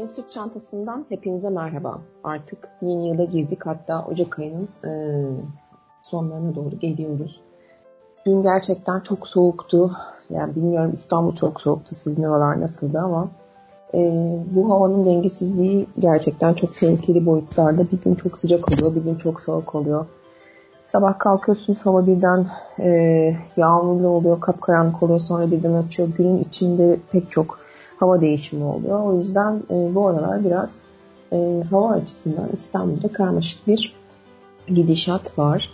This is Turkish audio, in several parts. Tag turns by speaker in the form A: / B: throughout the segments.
A: Sırt Çantası'ndan hepinize merhaba. Artık yeni yıla girdik. Hatta Ocak ayının sonlarına doğru geliyoruz. Dün gerçekten çok soğuktu. Yani bilmiyorum, İstanbul çok soğuktu. Sizin havalar nasıldı ama bu havanın dengesizliği gerçekten çok tehlikeli boyutlarda. Bir gün çok sıcak oluyor, bir gün çok soğuk oluyor. Sabah kalkıyorsunuz, hava birden yağmurlu oluyor, kapkaranlık oluyor, sonra birden açıyor. Günün içinde pek çok hava değişimi oluyor. O yüzden bu aralar biraz hava açısından İstanbul'da karmaşık bir gidişat var.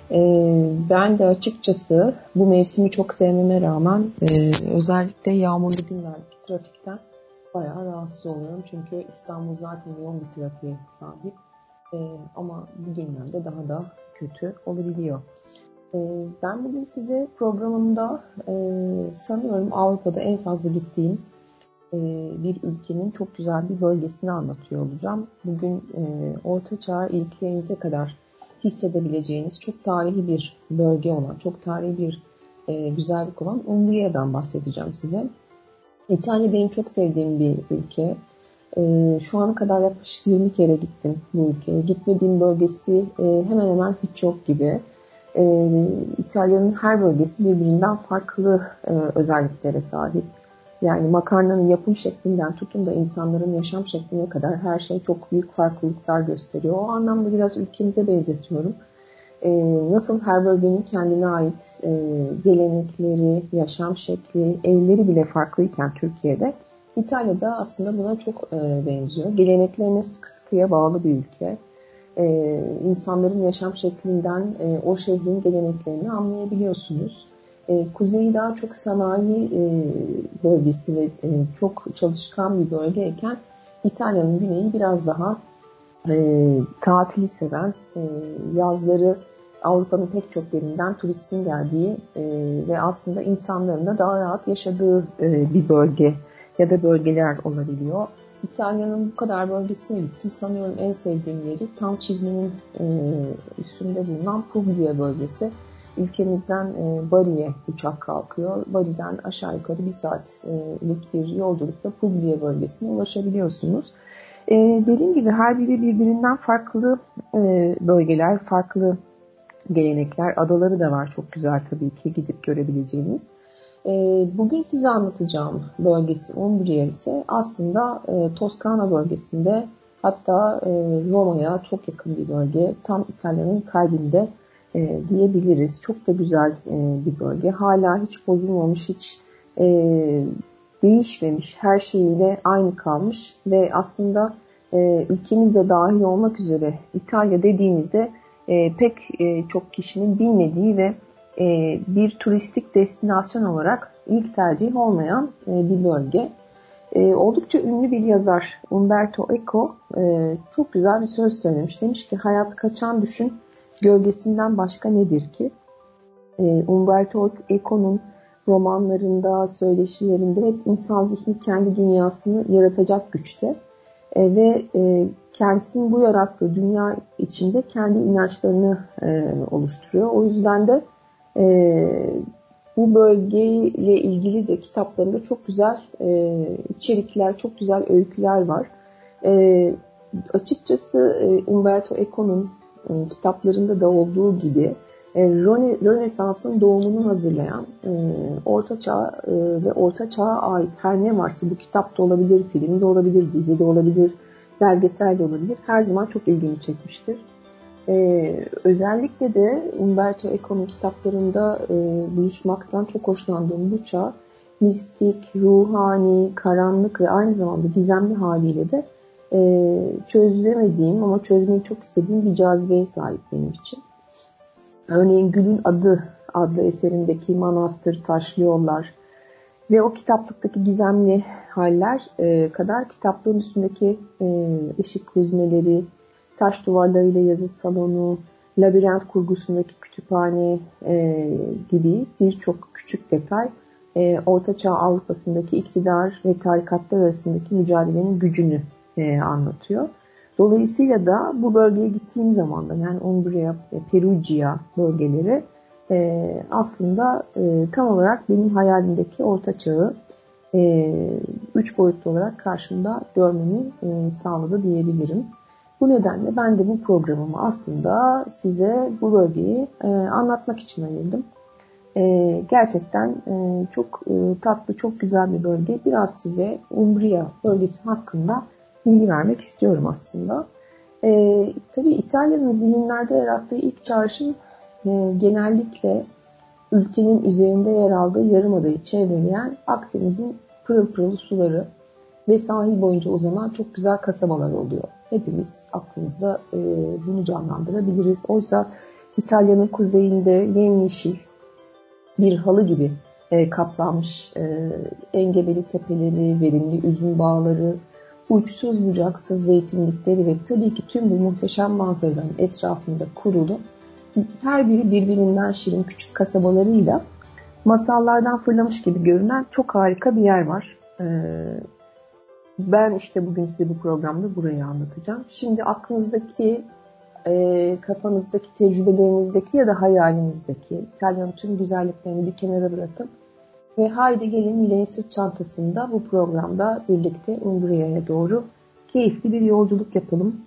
A: Ben de açıkçası bu mevsimi çok sevmeme rağmen özellikle yağmurlu günlerdeki trafikten bayağı rahatsız oluyorum. Çünkü İstanbul zaten yoğun bir trafiğe sahip. Ama bu günlerde daha da kötü olabiliyor. Ben bugün size programımda sanıyorum Avrupa'da en fazla gittiğim bir ülkenin çok güzel bir bölgesini anlatıyor olacağım. Bugün Orta Çağ iliklerinize kadar hissedebileceğiniz çok tarihi bir bölge olan, çok tarihi bir güzellik olan Umbria'dan bahsedeceğim size. İtalya benim çok sevdiğim bir ülke. Şu ana kadar yaklaşık 20 kere gittim bu ülkeye. Gitmediğim bölgesi hemen hemen hiç yok gibi. İtalya'nın her bölgesi birbirinden farklı özelliklere sahip. Yani makarnanın yapım şeklinden tutun da insanların yaşam şekline kadar her şey çok büyük farklılıklar gösteriyor. O anlamda biraz ülkemize benzetiyorum. Nasıl her bölgenin kendine ait gelenekleri, yaşam şekli, evleri bile farklıyken Türkiye'de, İtalya'da aslında buna çok benziyor. Geleneklerine sıkı sıkıya bağlı bir ülke. İnsanların yaşam şeklinden o şehrin geleneklerini anlayabiliyorsunuz. Kuzeyi daha çok sanayi bölgesi ve çok çalışkan bir bölgeyken İtalya'nın güneyi biraz daha tatili seven, yazları Avrupa'nın pek çok yerinden turistin geldiği ve aslında insanların da daha rahat yaşadığı bir bölge ya da bölgeler olabiliyor. İtalya'nın bu kadar bölgesine gittim. Sanıyorum en sevdiğim yeri tam çizmenin üstünde bulunan Puglia bölgesi. Ülkemizden Bari'ye uçak kalkıyor. Bari'den aşağı yukarı 1 saatlik bir yolculukla Puglia bölgesine ulaşabiliyorsunuz. Dediğim gibi her biri birbirinden farklı bölgeler, farklı gelenekler. Adaları da var çok güzel tabii ki gidip görebileceğiniz. Bugün size anlatacağım bölgesi Umbria ise aslında Toskana bölgesinde, hatta Roma'ya çok yakın bir bölge. Tam İtalya'nın kalbinde diyebiliriz. Çok da güzel bir bölge. Hala hiç bozulmamış, hiç değişmemiş, her şeyiyle aynı kalmış ve aslında ülkemizde dahil olmak üzere İtalya dediğimizde pek çok kişinin bilmediği ve bir turistik destinasyon olarak ilk tercih olmayan bir bölge. Oldukça ünlü bir yazar Umberto Eco çok güzel bir söz söylemiş. Demiş ki hayat kaçan düşün, gölgesinden başka nedir ki? Umberto Eco'nun romanlarında, söyleşilerinde hep insan zihni kendi dünyasını yaratacak güçte ve kendisinin bu yarattığı dünya içinde kendi inançlarını oluşturuyor. O yüzden de bu bölgeyle ilgili de kitaplarında çok güzel içerikler, çok güzel öyküler var. Açıkçası Umberto Eco'nun kitaplarında da olduğu gibi Rönesans'ın doğumunu hazırlayan Orta Çağ ve Orta Çağ'a ait her ne varsa, bu kitapta olabilir, filmde olabilir, dizide olabilir, belgeselde olabilir, her zaman çok ilgimi çekmiştir. Özellikle de Umberto Eco'nun kitaplarında buluşmaktan çok hoşlandığım bu çağ, mistik, ruhani, karanlık ve aynı zamanda gizemli haliyle de çözülemediğim ama çözmeyi çok istediğim bir cazibeye sahip benim için. Örneğin Gül'ün Adı adlı eserindeki manastır, taşlı yollar ve o kitaplıktaki gizemli haller kadar kitaplığın üstündeki ışık hüzmeleri, taş duvarlarıyla yazı salonu, labirent kurgusundaki kütüphane gibi birçok küçük detay Orta Çağ Avrupa'sındaki iktidar ve tarikatlar arasındaki mücadelenin gücünü anlatıyor. Dolayısıyla da bu bölgeye gittiğim zaman da, yani Umbria, Perugia bölgeleri aslında tam olarak benim hayalimdeki Orta Çağ'ı üç boyutlu olarak karşımda görmemi sağladı diyebilirim. Bu nedenle ben de bu programımı aslında size bu bölgeyi anlatmak için ayırdım. Gerçekten çok tatlı, çok güzel bir bölge. Biraz size Umbria bölgesi hakkında bilgi vermek istiyorum aslında. Tabii İtalya'nın zihinlerde yarattığı ilk çağrışım genellikle ülkenin üzerinde yer aldığı yarımadayı çevreleyen Akdeniz'in pırıl pırıl suları ve sahil boyunca uzanan çok güzel kasabalar oluyor. Hepimiz aklımızda bunu canlandırabiliriz. Oysa İtalya'nın kuzeyinde yemyeşil bir halı gibi kaplanmış engebeli tepeleri, verimli üzüm bağları, uçsuz bucaksız zeytinlikleri ve tabii ki tüm bu muhteşem manzaraların etrafında kurulu, her biri birbirinden şirin küçük kasabalarıyla masallardan fırlamış gibi görünen çok harika bir yer var. Ben işte bugün size bu programda burayı anlatacağım. Şimdi aklınızdaki, kafanızdaki, tecrübelerinizdeki ya da hayalinizdeki İtalya'nın tüm güzelliklerini bir kenara bırakın ve haydi gelin Mile'nin sırt çantasında bu programda birlikte Umbria'ya doğru keyifli bir yolculuk yapalım.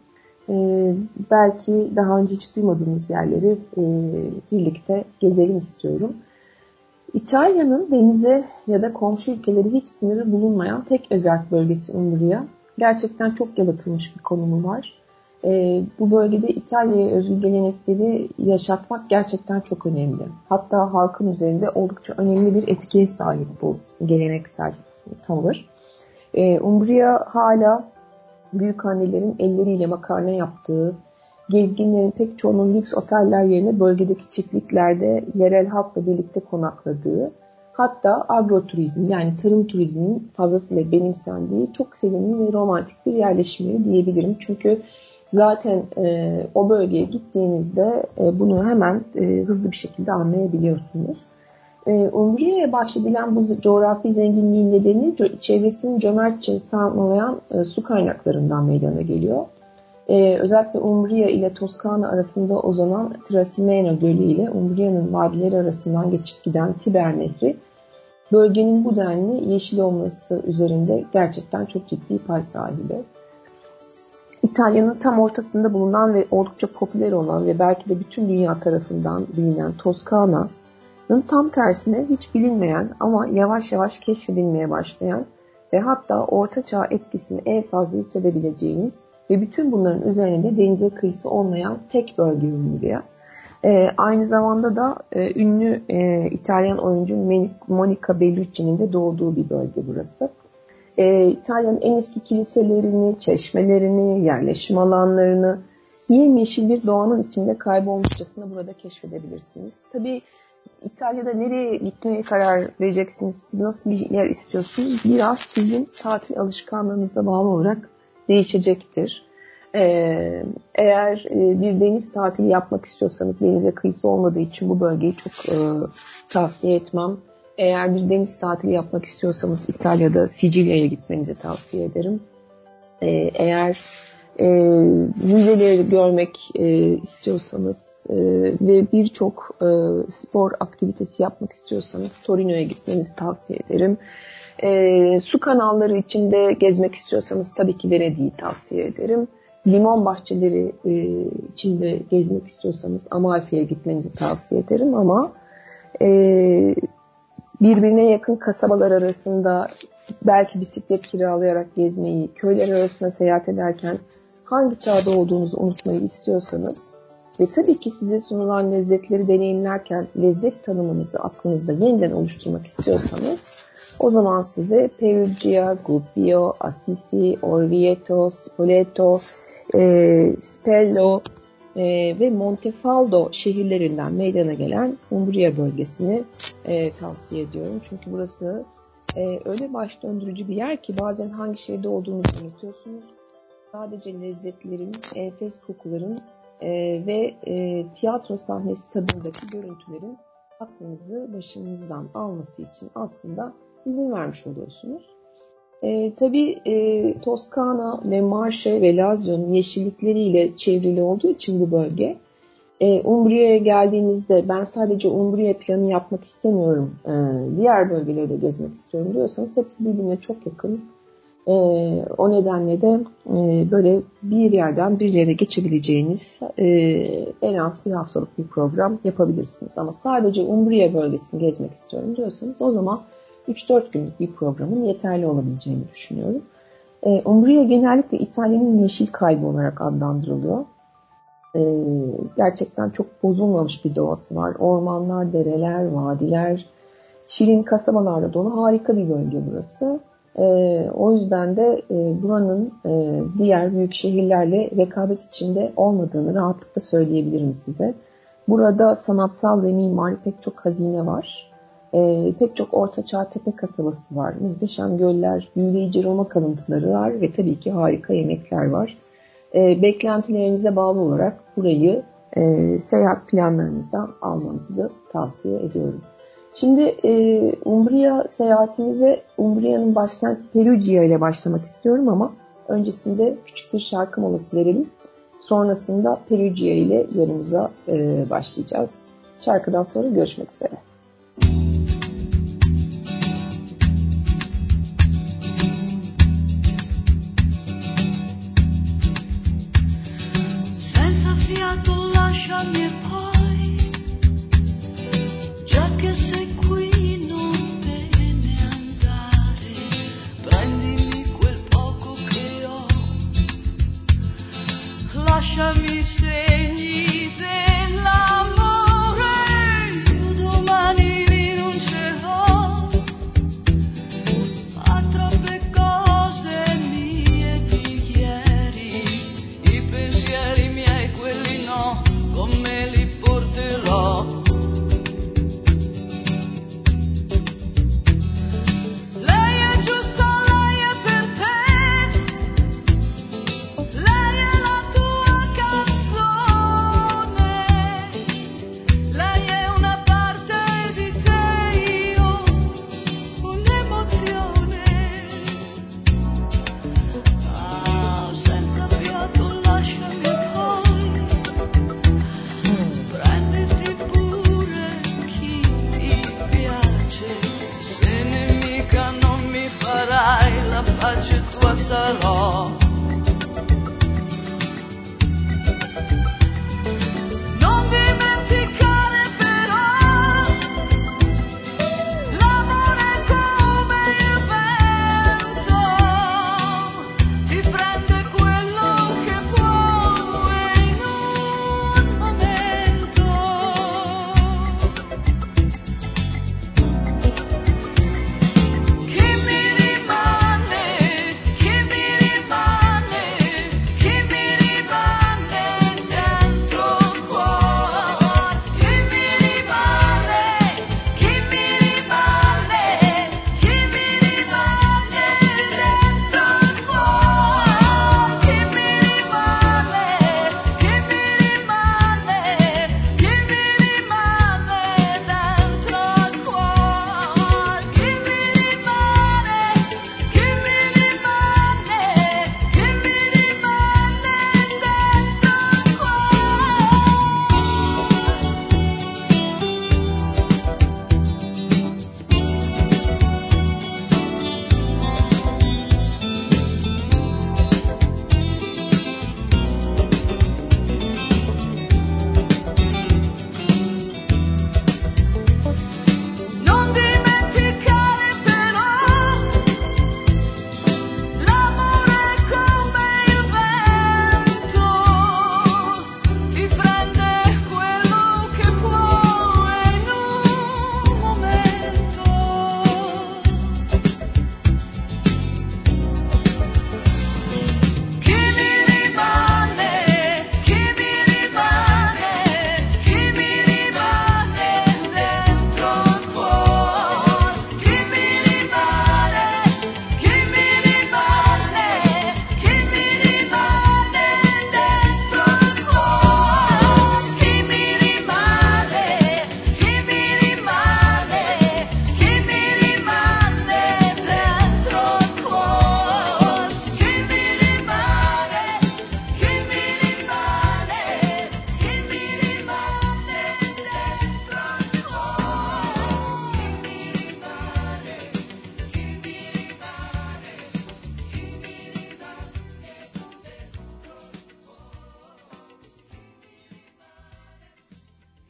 A: Belki daha önce hiç duymadığımız yerleri birlikte gezelim istiyorum. İtalya'nın denize ya da komşu ülkeleri hiç sınırı bulunmayan tek özerk bölgesi Umbria. Gerçekten çok yalıtılmış bir konumu var. Bu bölgede İtalya'ya özgü gelenekleri yaşatmak gerçekten çok önemli. Hatta halkın üzerinde oldukça önemli bir etkiye sahip bu geleneksel tavır. Umbria hala büyükannelerin elleriyle makarna yaptığı, gezginlerin pek çoğunun lüks oteller yerine bölgedeki çiftliklerde yerel halkla birlikte konakladığı, hatta agroturizm yani tarım turizminin fazlasıyla benimsendiği çok sevimli ve romantik bir yerleşim yeri diyebilirim. Çünkü zaten o bölgeye gittiğinizde bunu hemen hızlı bir şekilde anlayabiliyorsunuz. Umbria'ya bahşedilen bu coğrafi zenginliğin nedeni çevresini cömertçe sağlayan su kaynaklarından meydana geliyor. Özellikle Umbria ile Toskana arasında uzanan Trasimeno Gölü ile Umbria'nın vadileri arasından geçip giden Tiber Nehri, bölgenin bu denli yeşil olması üzerinde gerçekten çok ciddi pay sahibi. İtalya'nın tam ortasında bulunan ve oldukça popüler olan ve belki de bütün dünya tarafından bilinen Toskana'nın tam tersine hiç bilinmeyen ama yavaş yavaş keşfedilmeye başlayan ve hatta Orta Çağ etkisini en fazla hissedebileceğiniz ve bütün bunların üzerinde denize kıyısı olmayan tek bölge Umbria. Aynı zamanda da ünlü İtalyan oyuncu Monica Bellucci'nin de doğduğu bir bölge burası. İtalya'nın en eski kiliselerini, çeşmelerini, yerleşim alanlarını yemyeşil bir doğanın içinde kaybolmuşçasına burada keşfedebilirsiniz. Tabii İtalya'da nereye gitmeye karar vereceksiniz, siz nasıl bir yer istiyorsunuz, biraz sizin tatil alışkanlığınıza bağlı olarak değişecektir. Eğer bir deniz tatili yapmak istiyorsanız, denize kıyısı olmadığı için bu bölgeyi çok tavsiye etmem. Eğer bir deniz tatili yapmak istiyorsanız İtalya'da Sicilya'ya gitmenizi tavsiye ederim. Eğer müzeleri görmek istiyorsanız ve birçok spor aktivitesi yapmak istiyorsanız Torino'ya gitmenizi tavsiye ederim. Su kanalları içinde gezmek istiyorsanız tabii ki Venedik'i tavsiye ederim. Limon bahçeleri içinde gezmek istiyorsanız Amalfi'ye gitmenizi tavsiye ederim ama birbirine yakın kasabalar arasında belki bisiklet kiralayarak gezmeyi, köyler arasında seyahat ederken hangi çağda olduğunuzu unutmayı istiyorsanız ve tabii ki size sunulan lezzetleri deneyimlerken lezzet tanımınızı aklınızda yeniden oluşturmak istiyorsanız o zaman size Perugia, Gubbio, Assisi, Orvieto, Spoleto, Spello ve Montefaldo şehirlerinden meydana gelen Umbria bölgesini tavsiye ediyorum. Çünkü burası öyle baş döndürücü bir yer ki bazen hangi şehirde olduğunuzu unutuyorsunuz. Sadece lezzetlerin, enfes kokuların ve tiyatro sahnesi tadındaki görüntülerin aklınızı başınızdan alması için aslında izin vermiş oluyorsunuz. Tabii Toskana ve Marche ve Lazio'nun yeşillikleriyle çevrili olduğu için bu bölge Umbria'ya geldiğinizde ben sadece Umbria planı yapmak istemiyorum, diğer bölgeleri de gezmek istiyorum diyorsanız hepsi birbirine çok yakın. O nedenle de böyle bir yerden bir yere geçebileceğiniz en az bir haftalık bir program yapabilirsiniz. Ama sadece Umbria bölgesini gezmek istiyorum diyorsanız o zaman 3-4 günlük bir programın yeterli olabileceğini düşünüyorum. Umbria genellikle İtalya'nın yeşil kalbi olarak adlandırılıyor. Gerçekten çok bozulmamış bir doğası var. Ormanlar, dereler, vadiler, şirin kasabalarla dolu harika bir bölge burası. O yüzden de buranın diğer büyük şehirlerle rekabet içinde olmadığını rahatlıkla söyleyebilirim size. Burada sanatsal ve mimari pek çok hazine var. Pek çok ortaçağ tepe kasabası var. Muhteşem göller, büyüleyici Roma kalıntıları var ve tabii ki harika yemekler var. Beklentilerinize bağlı olarak burayı seyahat planlarınızdan almanızı da tavsiye ediyorum. Şimdi Umbria seyahatimize Umbria'nın başkenti Perugia ile başlamak istiyorum ama öncesinde küçük bir şarkı molası verelim. Sonrasında Perugia ile yolumuza başlayacağız. Şarkıdan sonra görüşmek üzere.
B: Senza fiato lasciami e poi, già che sei qui non te ne andare, prendimi quel poco che ho, lasciami i segni dell'amore, io domani rinuncerò a troppe cose mie di ieri, i pensieri miei quelli no, con me li porterò. Lei è giusta, lei è per te, lei è la tua canzone, lei è una parte di te, io un'emozione. Ah, senza fiato lasciami e poi, prenditi pure chi ti piace, se nemica non mi farai, la pace tua sarò. Non dimenticare però, l'amore è come il vento, ti prende quello che vuoi in un momento. Chi mi rimane, chi mi rimane.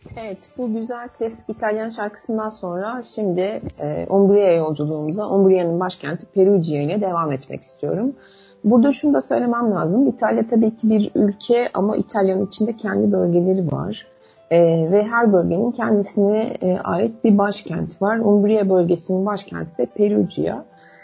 A: Evet, bu güzel klasik İtalyan şarkısından sonra şimdi Umbria'ya yolculuğumuza, Umbria'nın başkenti Perugia ile devam etmek istiyorum. Burada şunu da söylemem lazım. İtalya tabii ki bir ülke ama İtalya'nın içinde kendi bölgeleri var. Ve her bölgenin kendisine ait bir başkenti var. Umbria bölgesinin başkenti de Perugia.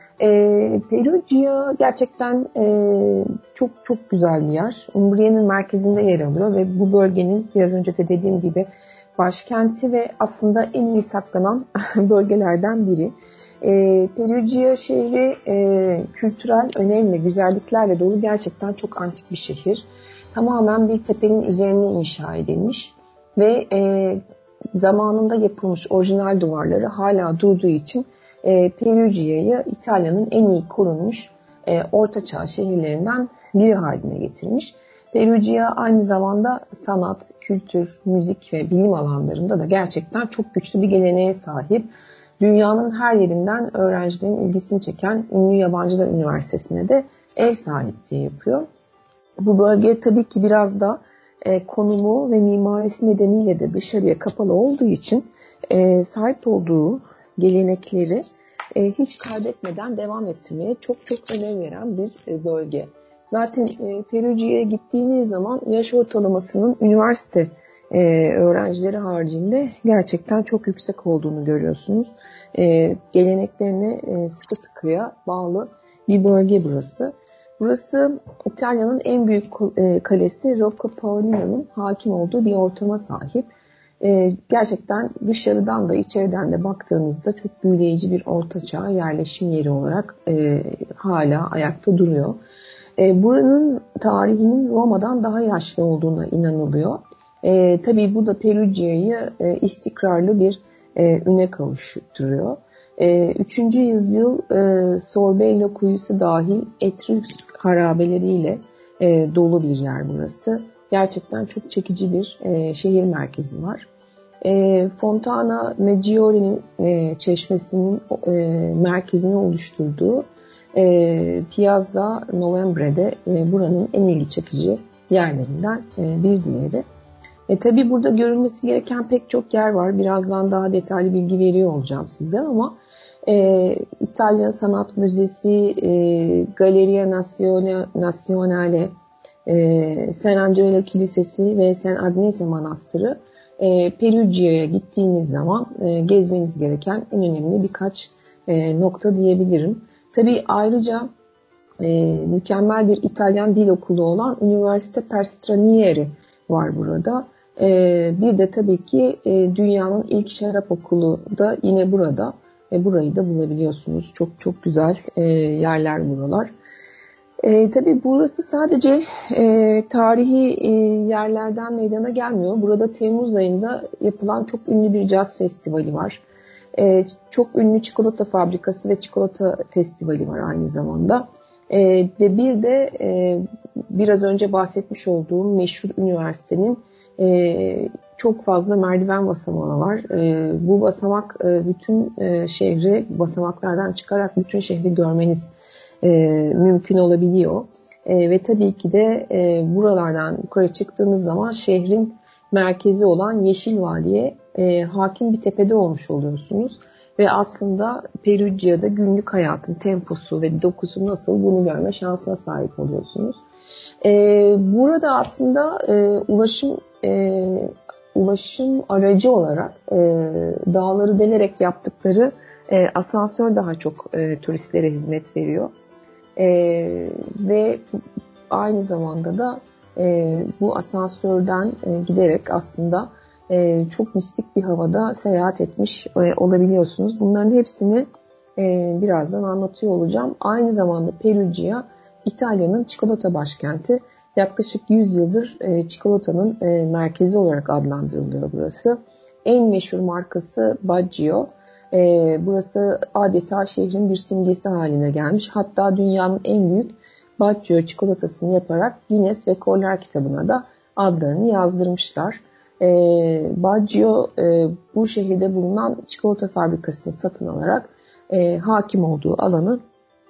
A: Perugia gerçekten çok çok güzel bir yer. Umbria'nın merkezinde yer alıyor ve bu bölgenin biraz önce de dediğim gibi başkenti ve aslında en iyi saklanan bölgelerden biri. Perugia şehri kültürel önem ve güzelliklerle dolu gerçekten çok antik bir şehir. Tamamen bir tepenin üzerine inşa edilmiş ve zamanında yapılmış orijinal duvarları hala durduğu için Perugia'yı İtalya'nın en iyi korunmuş ortaçağ şehirlerinden biri haline getirmiş. Perugia aynı zamanda sanat, kültür, müzik ve bilim alanlarında da gerçekten çok güçlü bir geleneğe sahip. Dünyanın her yerinden öğrencilerin ilgisini çeken ünlü yabancılar üniversitesine de ev sahipliği yapıyor. Bu bölge tabii ki biraz da konumu ve mimarisi nedeniyle de dışarıya kapalı olduğu için sahip olduğu gelenekleri hiç kaybetmeden devam ettirmeye çok çok önem veren bir bölge. Zaten Perugia'ya gittiğiniz zaman yaş ortalamasının üniversite öğrencileri haricinde gerçekten çok yüksek olduğunu görüyorsunuz. Geleneklerine sıkı sıkıya bağlı bir bölge burası. Burası İtalya'nın en büyük kalesi Rocco Paolino'nun hakim olduğu bir ortama sahip. Gerçekten dışarıdan da içeriden de baktığınızda çok büyüleyici bir ortaçağ yerleşim yeri olarak hala ayakta duruyor. Buranın tarihinin Roma'dan daha yaşlı olduğuna inanılıyor. Tabii bu da Perugia'yı istikrarlı bir üne kavuşturuyor. 3. yüzyıl Sorbello kuyusu dahil Etrüsk harabeleriyle dolu bir yer burası. Gerçekten çok çekici bir şehir merkezi var. Fontana Maggiori'nin çeşmesinin merkezini oluşturduğu Piazza Novembre'de buranın en ilgi çekici yerlerinden bir diğeri. Tabii burada görülmesi gereken pek çok yer var. Birazdan daha detaylı bilgi veriyor olacağım size ama İtalya Sanat Müzesi, Galleria Nazionale, San Angelo Kilisesi ve San Agnese Manastırı Perugia'ya gittiğiniz zaman gezmeniz gereken en önemli birkaç nokta diyebilirim. Tabii ayrıca mükemmel bir İtalyan dil okulu olan Üniversite per Stranieri var burada. Bir de tabii ki dünyanın ilk şarap okulu da yine burada. Burayı da bulabiliyorsunuz. Çok çok güzel yerler buralar. Tabii burası sadece tarihi yerlerden meydana gelmiyor. Burada Temmuz ayında yapılan çok ünlü bir caz festivali var. Çok ünlü çikolata fabrikası ve çikolata festivali var aynı zamanda. Ve bir de biraz önce bahsetmiş olduğum meşhur üniversitenin çok fazla merdiven basamağı var. Bu basamak bütün şehri basamaklardan çıkarak bütün şehri görmeniz mümkün olabiliyor. Ve tabii ki de buralardan yukarı çıktığınız zaman şehrin merkezi olan Yeşil Vadi'ye hakim bir tepede olmuş oluyorsunuz. Ve aslında Perugia'da günlük hayatın temposu ve dokusu nasıl bunu görme şansına sahip oluyorsunuz. Burada aslında ulaşım aracı olarak dağları delerek yaptıkları asansör daha çok turistlere hizmet veriyor. Ve aynı zamanda da bu asansörden giderek aslında çok mistik bir havada seyahat etmiş olabiliyorsunuz. Bunların hepsini birazdan anlatıyor olacağım. Aynı zamanda Perugia, İtalya'nın çikolata başkenti. Yaklaşık 100 yıldır çikolatanın merkezi olarak adlandırılıyor burası. En meşhur markası Baggio. Burası adeta şehrin bir simgesi haline gelmiş. Hatta dünyanın en büyük Baggio çikolatasını yaparak Guinness Rekorlar kitabına da adlarını yazdırmışlar. Baggio bu şehirde bulunan çikolata fabrikasını satın alarak hakim olduğu alanı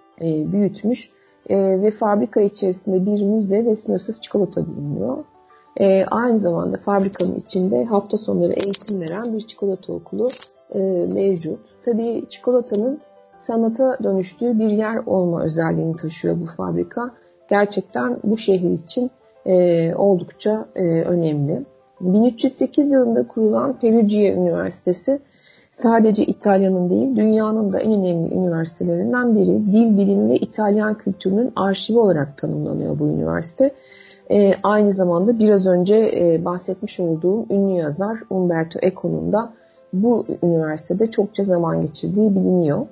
A: büyütmüş ve fabrika içerisinde bir müze ve sınırsız çikolata bulunuyor. Aynı zamanda fabrikanın içinde hafta sonları eğitim veren bir çikolata okulu mevcut. Tabii çikolatanın sanata dönüştüğü bir yer olma özelliğini taşıyor bu fabrika. Gerçekten bu şehir için oldukça önemli. 1308 yılında kurulan Perugia Üniversitesi sadece İtalya'nın değil, dünyanın da en önemli üniversitelerinden biri. Dil bilimi ve İtalyan kültürünün arşivi olarak tanımlanıyor bu üniversite. Aynı zamanda biraz önce bahsetmiş olduğum ünlü yazar Umberto Eco'nun da bu üniversitede çokça zaman geçirdiği biliniyor.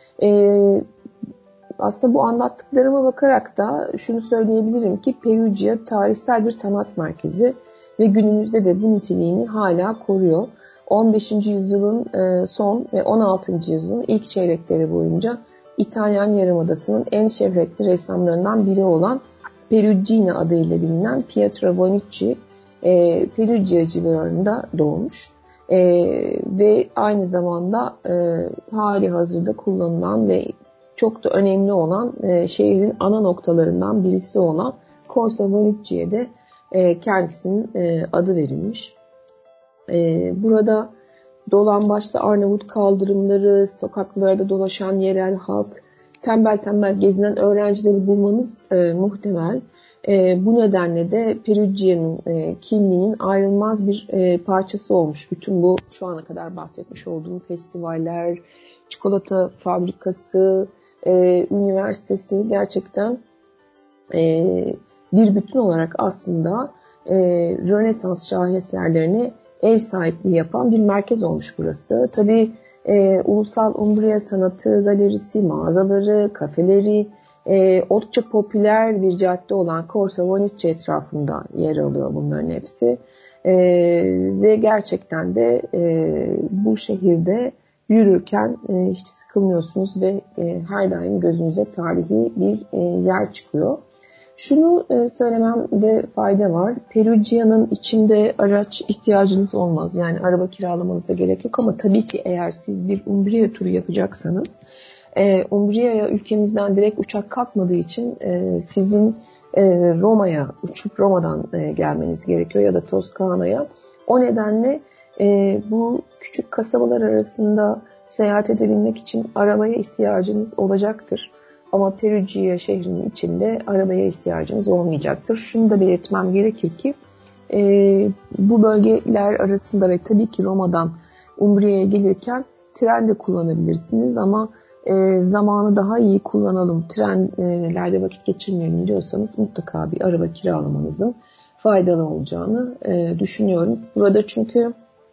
A: Aslında bu anlattıklarıma bakarak da şunu söyleyebilirim ki Perugia tarihsel bir sanat merkezi ve günümüzde de bu niteliğini hala koruyor. 15. yüzyılın son ve 16. yüzyılın ilk çeyrekleri boyunca İtalyan Yarımadası'nın en şöhretli ressamlarından biri olan Perugino adıyla bilinen Pietro Bonicci Perugia civarında doğmuş. Ve aynı zamanda hali hazırda kullanılan ve çok da önemli olan şehrin ana noktalarından birisi olan Corso Bonicci'ye de kendisinin adı verilmiş. Burada dolambaçta Arnavut kaldırımları, sokaklarda dolaşan yerel halk, tembel tembel gezinen öğrencileri bulmanız muhtemel. Bu nedenle de Perugia'nın kimliğinin ayrılmaz bir parçası olmuş. Bütün bu şu ana kadar bahsetmiş olduğum festivaller, çikolata fabrikası, üniversitesi gerçekten bir bütün olarak aslında Rönesans şaheserlerine ev sahipliği yapan bir merkez olmuş burası. Tabii Ulusal Umbria Sanatı Galerisi, mağazaları, kafeleri, oldukça popüler bir cadde olan Corso Bonicci etrafında yer alıyor bunların hepsi. Ve gerçekten de bu şehirde yürürken hiç sıkılmıyorsunuz ve her daim gözünüze tarihi bir yer çıkıyor. Şunu söylememde fayda var. Perugia'nın içinde araç ihtiyacınız olmaz. Yani araba kiralamanıza gerek yok ama tabii ki eğer siz bir Umbria turu yapacaksanız Umbria'ya ülkemizden direkt uçak kalkmadığı için sizin Roma'ya uçup Roma'dan gelmeniz gerekiyor ya da Toskana'ya. O nedenle bu küçük kasabalar arasında seyahat edebilmek için arabaya ihtiyacınız olacaktır. Ama Perugia şehrinin içinde arabaya ihtiyacınız olmayacaktır. Şunu da belirtmem gerekir ki bu bölgeler arasında ve tabii ki Roma'dan Umbria'ya gelirken tren de kullanabilirsiniz ama zamanı daha iyi kullanalım, trenlerde vakit geçirmeyelim diyorsanız mutlaka bir araba kiralamanızın faydalı olacağını düşünüyorum. Burada çünkü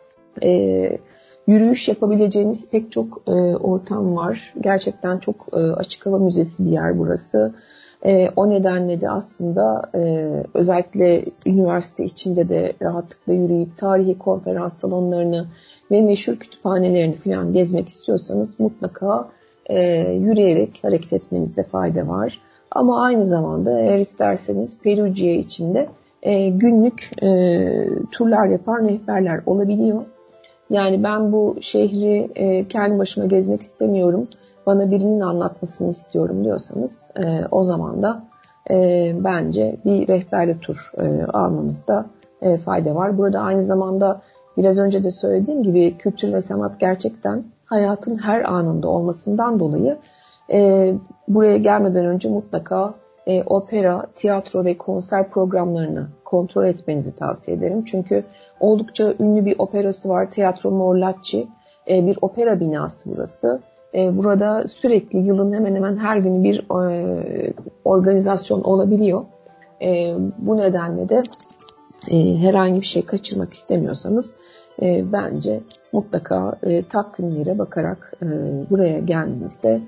A: yürüyüş yapabileceğiniz pek çok ortam var. Gerçekten çok açık hava müzesi bir yer burası. O nedenle de aslında özellikle üniversite içinde de rahatlıkla yürüyüp tarihi konferans salonlarını ve meşhur kütüphanelerini falan gezmek istiyorsanız mutlaka yürüyerek hareket etmenizde fayda var. Ama aynı zamanda eğer isterseniz Perugia içinde günlük turlar yapan rehberler olabiliyor. Yani ben bu şehri kendi başıma gezmek istemiyorum, bana birinin anlatmasını istiyorum diyorsanız o zaman da bence bir rehberli tur almanızda fayda var. Burada aynı zamanda biraz önce de söylediğim gibi kültür ve sanat gerçekten hayatın her anında olmasından dolayı buraya gelmeden önce mutlaka opera, tiyatro ve konser programlarını kontrol etmenizi tavsiye ederim. Çünkü oldukça ünlü bir operası var. Teatro Morlacci. Bir opera binası burası. Burada sürekli yılın hemen hemen her günü bir organizasyon olabiliyor. Bu nedenle de herhangi bir şey kaçırmak istemiyorsanız bence mutlaka takvimlere bakarak buraya gelmenizde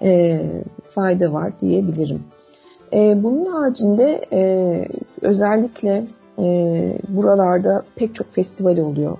A: fayda var diyebilirim. Bunun haricinde özellikle buralarda pek çok festival oluyor.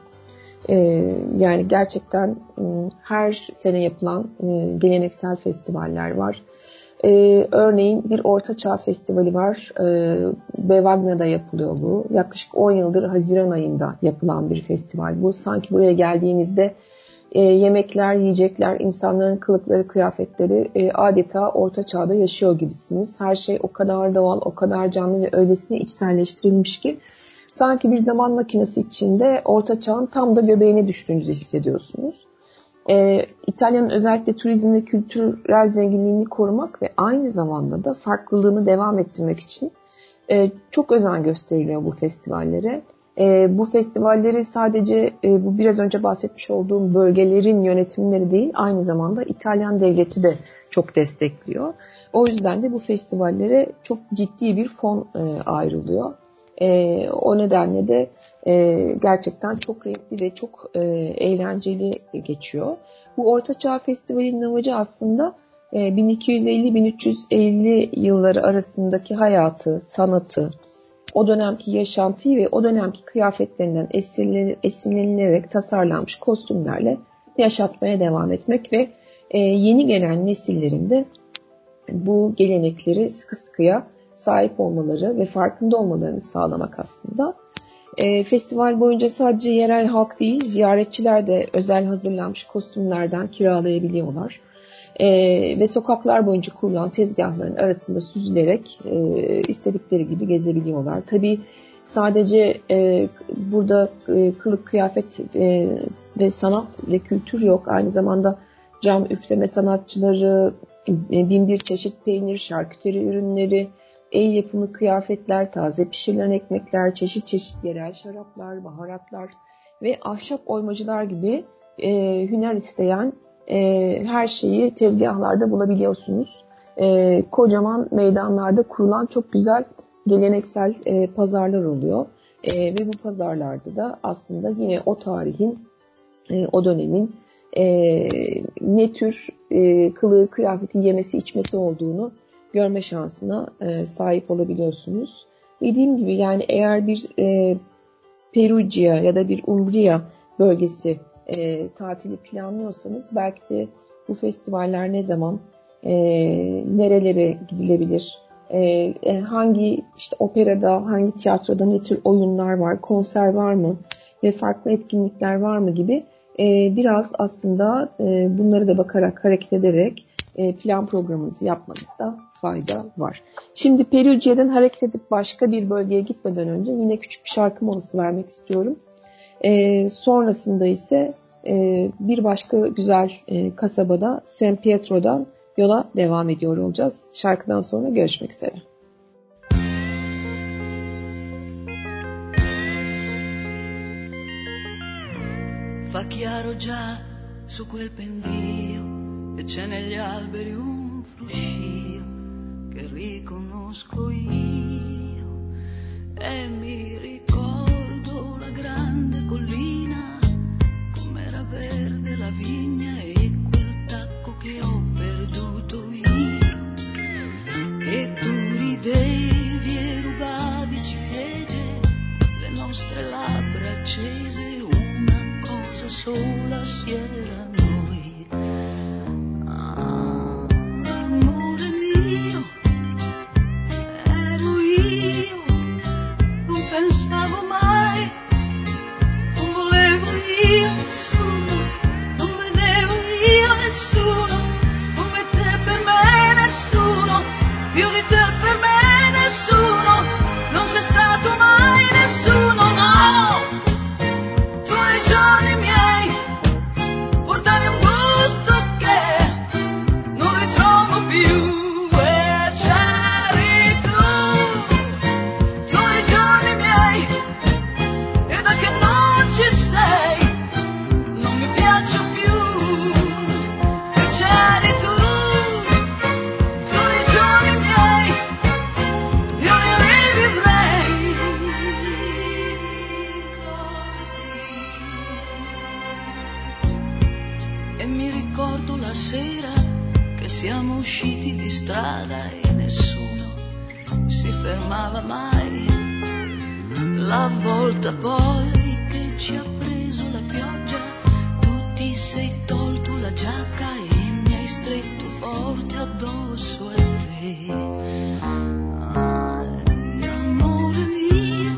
A: Yani gerçekten her sene yapılan geleneksel festivaller var. Örneğin bir Ortaçağ Festivali var. Bevagna'da yapılıyor bu. Yaklaşık 10 yıldır Haziran ayında yapılan bir festival bu. Sanki buraya geldiğinizde yemekler, yiyecekler, insanların kılıkları, kıyafetleri adeta Orta Çağ'da yaşıyor gibisiniz. Her şey o kadar doğal, o kadar canlı ve öylesine içselleştirilmiş ki sanki bir zaman makinesi içinde Orta Çağ'ın tam da göbeğine düştüğünüzü hissediyorsunuz. İtalya'nın özellikle turizm ve kültürel zenginliğini korumak ve aynı zamanda da farklılığını devam ettirmek için çok özen gösteriliyor bu festivallere. Bu festivalleri sadece bu biraz önce bahsetmiş olduğum bölgelerin yönetimleri değil, aynı zamanda İtalyan devleti de çok destekliyor. O yüzden de bu festivallere çok ciddi bir fon ayrılıyor. O nedenle de gerçekten çok renkli ve çok eğlenceli geçiyor. Bu Ortaçağ Festivali'nin amacı aslında 1250-1350 yılları arasındaki hayatı, sanatı, o dönemki yaşantıyı ve o dönemki kıyafetlerinden esinlenilerek tasarlanmış kostümlerle yaşatmaya devam etmek ve yeni gelen nesillerin de bu gelenekleri sıkı sıkıya sahip olmaları ve farkında olmalarını sağlamak aslında. Festival boyunca sadece yerel halk değil, ziyaretçiler de özel hazırlanmış kostümlerden kiralayabiliyorlar. Ve sokaklar boyunca kurulan tezgahların arasında süzülerek istedikleri gibi gezebiliyorlar. Tabii sadece burada kılık kıyafet ve sanat ve kültür yok. Aynı zamanda cam üfleme sanatçıları, bin bir çeşit peynir, şarküteri ürünleri, el yapımı kıyafetler, taze pişirilen ekmekler, çeşit çeşit yerel şaraplar, baharatlar ve ahşap oymacılar gibi hüner isteyen her şeyi tezgahlarda bulabiliyorsunuz. Kocaman meydanlarda kurulan çok güzel geleneksel pazarlar oluyor. Ve bu pazarlarda da aslında yine o tarihin, o dönemin ne tür kılığı, kıyafeti, yemesi, içmesi olduğunu görme şansına sahip olabiliyorsunuz. Dediğim gibi yani eğer bir Perugia ya da bir Umbria bölgesi tatili planlıyorsanız belki de bu festivaller ne zaman, nerelere gidilebilir, hangi işte operada, hangi tiyatroda ne tür oyunlar var, konser var mı ve farklı etkinlikler var mı gibi biraz aslında bunları da bakarak, hareket ederek plan programınızı yapmanızda fayda var. Şimdi Perugia'dan hareket edip başka bir bölgeye gitmeden önce yine küçük bir şarkı molası vermek istiyorum. Sonrasında ise bir başka güzel kasabada San Pietro'dan yola devam ediyor olacağız. Şarkıdan sonra görüşmek üzere.
B: Fa chiaro già su quel pendio e c'è negli alberi un fruscio che riconosco io e mi ricordo la grande collina com'era verde la vigna e quel tacco che ho perduto io e tu ridevi e rubavi ciliegie le nostre labbra accese una cosa sola si era noi. Amore mio, ero io, non pensavo mai, non volevo io nessuno, non vedevo io nessuno, come te per me nessuno, più di te per me nessuno, non c'è stato mai nessuno, no. Tu nei giorni miei portavi un gusto che non ritrovo più e c'eri tu nei giorni miei e da che non ci sei non mi piaccio più e c'eri tu nei giorni miei io li rivivrei e mi ricordo la sera che siamo usciti di strada e nessuno si fermava mai. La volta poi che ci ha preso la pioggia, tu ti sei tolto la giacca e mi hai stretto forte addosso a te. Amore mio,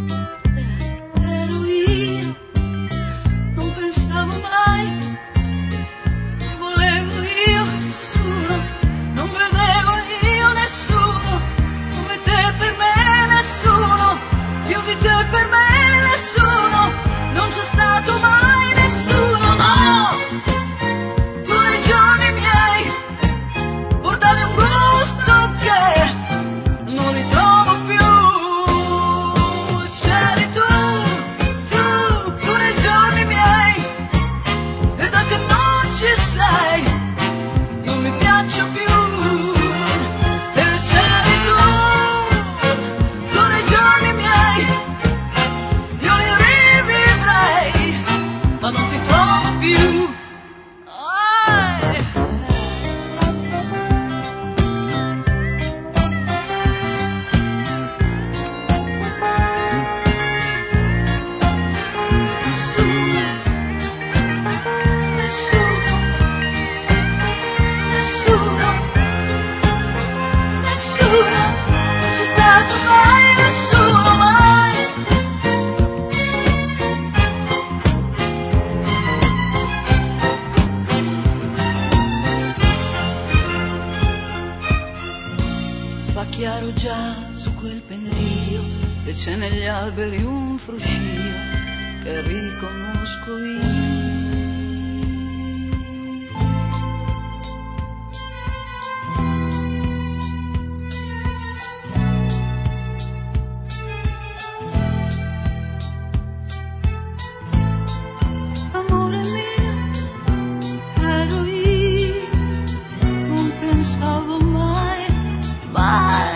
B: ero io, non pensavo mai, non volevo io nessuno, non vedevo io nessuno, come te per me nessuno, più di te per sai, io mi piaccio più e c'eri tu nei giorni miei, io li rivivrei, ma non ti trovo più. Chiaro già su quel pendio e c'è negli alberi un fruscio che riconosco io. Amore mio, ero io, non pensavo mai, mai.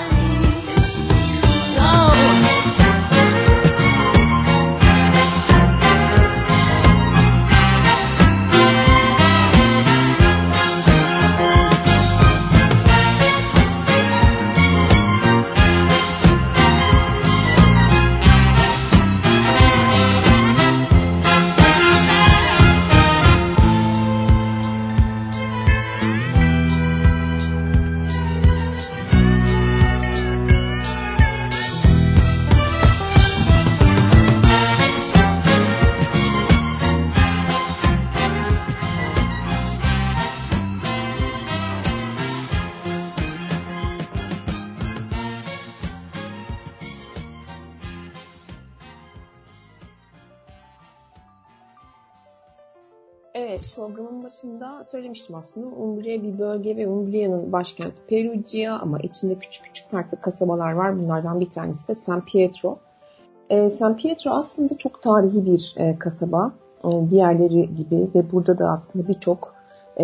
A: Evet, programın başında söylemiştim aslında. Umbria bir bölge ve Umbria'nın başkenti Perugia ama içinde küçük küçük farklı kasabalar var. Bunlardan bir tanesi de San Pietro. San Pietro aslında çok tarihi bir kasaba. Diğerleri gibi ve burada da aslında birçok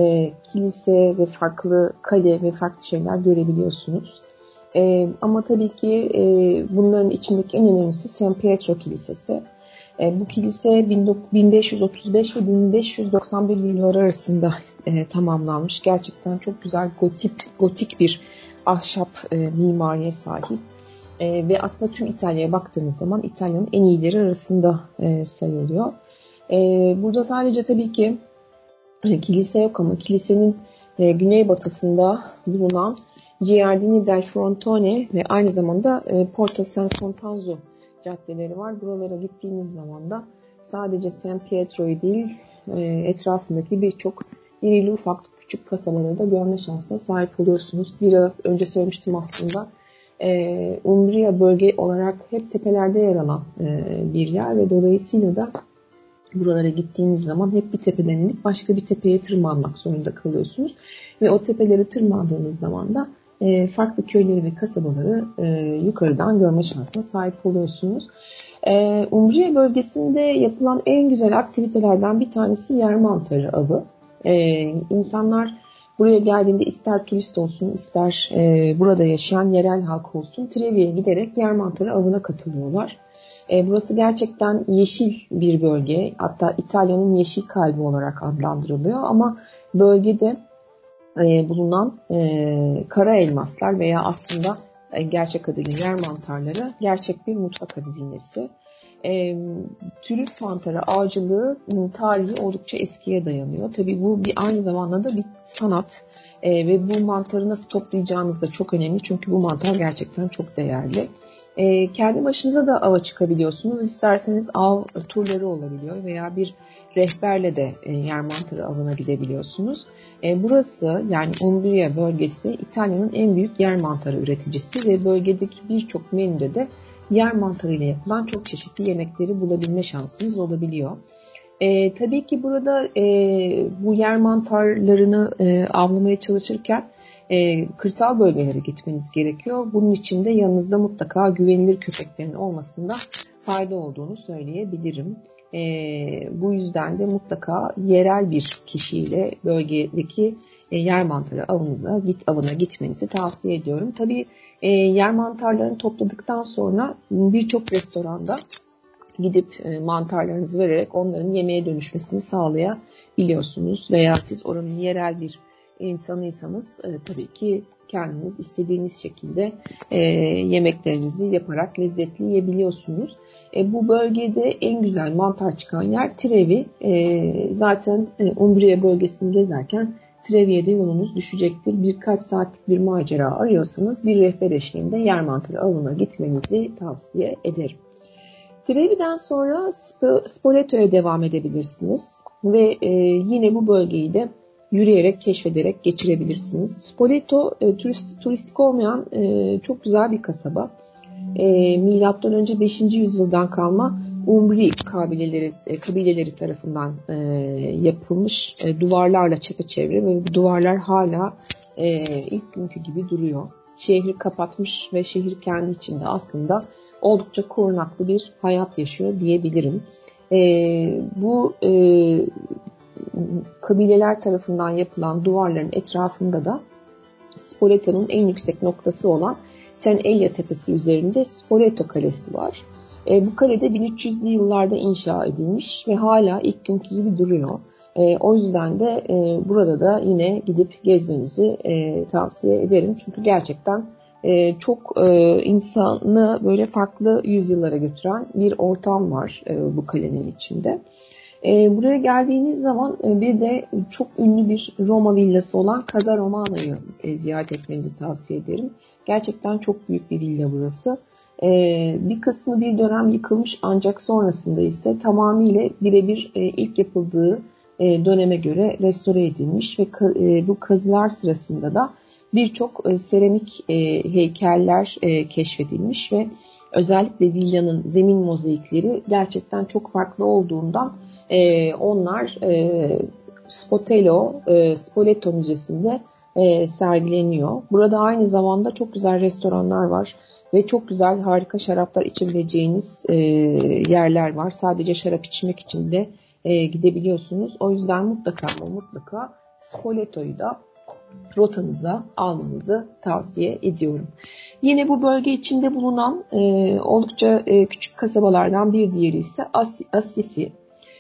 A: kilise ve farklı kale ve farklı şeyler görebiliyorsunuz. Ama tabii ki bunların içindeki en önemlisi San Pietro Kilisesi. Bu kilise 1535 ve 1591 yılları arasında tamamlanmış. Gerçekten çok güzel gotik bir ahşap mimariye sahip. Ve aslında tüm İtalya'ya baktığınız zaman İtalya'nın en iyileri arasında sayılıyor. Burada sadece tabii ki kilise yok ama kilisenin güneybatısında bulunan Giardini del Frontone ve aynı zamanda Porta San Contanzo caddeleri var. Buralara gittiğiniz zaman da sadece San Pietro'yu değil etrafındaki birçok irili ufaklı küçük kasabaları da görme şansına sahip oluyorsunuz. Biraz önce söylemiştim aslında. Umbria bölge olarak hep tepelerde yer alan bir yer ve dolayısıyla da buralara gittiğiniz zaman hep bir tepeden inip başka bir tepeye tırmanmak zorunda kalıyorsunuz. Ve o tepeleri tırmandığınız zaman da farklı köyleri ve kasabaları yukarıdan görme şansına sahip oluyorsunuz. Umbria bölgesinde yapılan en güzel aktivitelerden bir tanesi yer mantarı avı. İnsanlar buraya geldiğinde ister turist olsun ister burada yaşayan yerel halk olsun Trevi'ye giderek yer mantarı avına katılıyorlar. Burası gerçekten yeşil bir bölge. Hatta İtalya'nın yeşil kalbi olarak adlandırılıyor ama bölgede bulunan kara elmaslar veya aslında gerçek adıyla yer mantarları gerçek bir mutfak hazinesi. Trüf mantarı avcılığı tarihi oldukça eskiye dayanıyor. Tabii bu aynı zamanda da bir sanat ve bu mantarı nasıl toplayacağınız da çok önemli çünkü bu mantar gerçekten çok değerli. Kendi başınıza da ava çıkabiliyorsunuz. İsterseniz av turları olabiliyor veya bir rehberle de yer mantarı avına gidebiliyorsunuz. Burası yani Umbria bölgesi İtalya'nın en büyük yer mantarı üreticisi ve bölgedeki birçok menüde de yer mantarı ile yapılan çok çeşitli yemekleri bulabilme şansınız olabiliyor. Tabii ki burada bu yer mantarlarını avlamaya çalışırken kırsal bölgelere gitmeniz gerekiyor. Bunun için de yanınızda mutlaka güvenilir köpeklerin olmasında fayda olduğunu söyleyebilirim. Bu yüzden de mutlaka yerel bir kişiyle bölgedeki yer mantarı avına gitmenizi tavsiye ediyorum. Tabii yer mantarlarını topladıktan sonra birçok restoranda gidip mantarlarınızı vererek onların yemeğe dönüşmesini sağlayabiliyorsunuz. Veya siz oranın yerel bir insanıysanız tabii ki kendiniz istediğiniz şekilde yemeklerinizi yaparak lezzetli yiyebiliyorsunuz. Bu bölgede en güzel mantar çıkan yer Trevi. Zaten Umbria bölgesini gezerken Trevi'ye de yolunuz düşecektir. Birkaç saatlik bir macera arıyorsanız bir rehber eşliğinde yer mantarı avına gitmenizi tavsiye ederim. Trevi'den sonra Spoleto'ya devam edebilirsiniz ve yine bu bölgeyi de yürüyerek, keşfederek geçirebilirsiniz. Spoleto turistik olmayan çok güzel bir kasaba. Milattan önce 5. yüzyıldan kalma Umbri kabileleri tarafından yapılmış duvarlarla çepeçevre ve bu duvarlar hala ilk günkü gibi duruyor. Şehri kapatmış ve şehir kendi içinde aslında oldukça korunaklı bir hayat yaşıyor diyebilirim. Bu kabileler tarafından yapılan duvarların etrafında da Spoleto'nun en yüksek noktası olan Sen Elia Tepesi üzerinde Spoleto Kalesi var. Bu kale de 1300'lü yıllarda inşa edilmiş ve hala ilk günkü gibi duruyor. O yüzden de burada da yine gidip gezmenizi tavsiye ederim. Çünkü gerçekten çok insanı böyle farklı yüzyıllara götüren bir ortam var bu kalenin içinde. Buraya geldiğiniz zaman bir de çok ünlü bir Roma villası olan Casa Romana'yı ziyaret etmenizi tavsiye ederim. Gerçekten çok büyük bir villa burası. Bir kısmı bir dönem yıkılmış ancak sonrasında ise tamamıyla birebir ilk yapıldığı döneme göre restore edilmiş ve bu kazılar sırasında da birçok seramik heykeller keşfedilmiş ve özellikle villanın zemin mozaikleri gerçekten çok farklı olduğundan onlar Spoleto Müzesi'nde sergileniyor. Burada aynı zamanda çok güzel restoranlar var ve çok güzel harika şaraplar içebileceğiniz yerler var. Sadece şarap içmek için de gidebiliyorsunuz. O yüzden mutlaka Spoleto'yu da rotanıza almanızı tavsiye ediyorum. Yine bu bölge içinde bulunan oldukça küçük kasabalardan bir diğeri ise Assisi.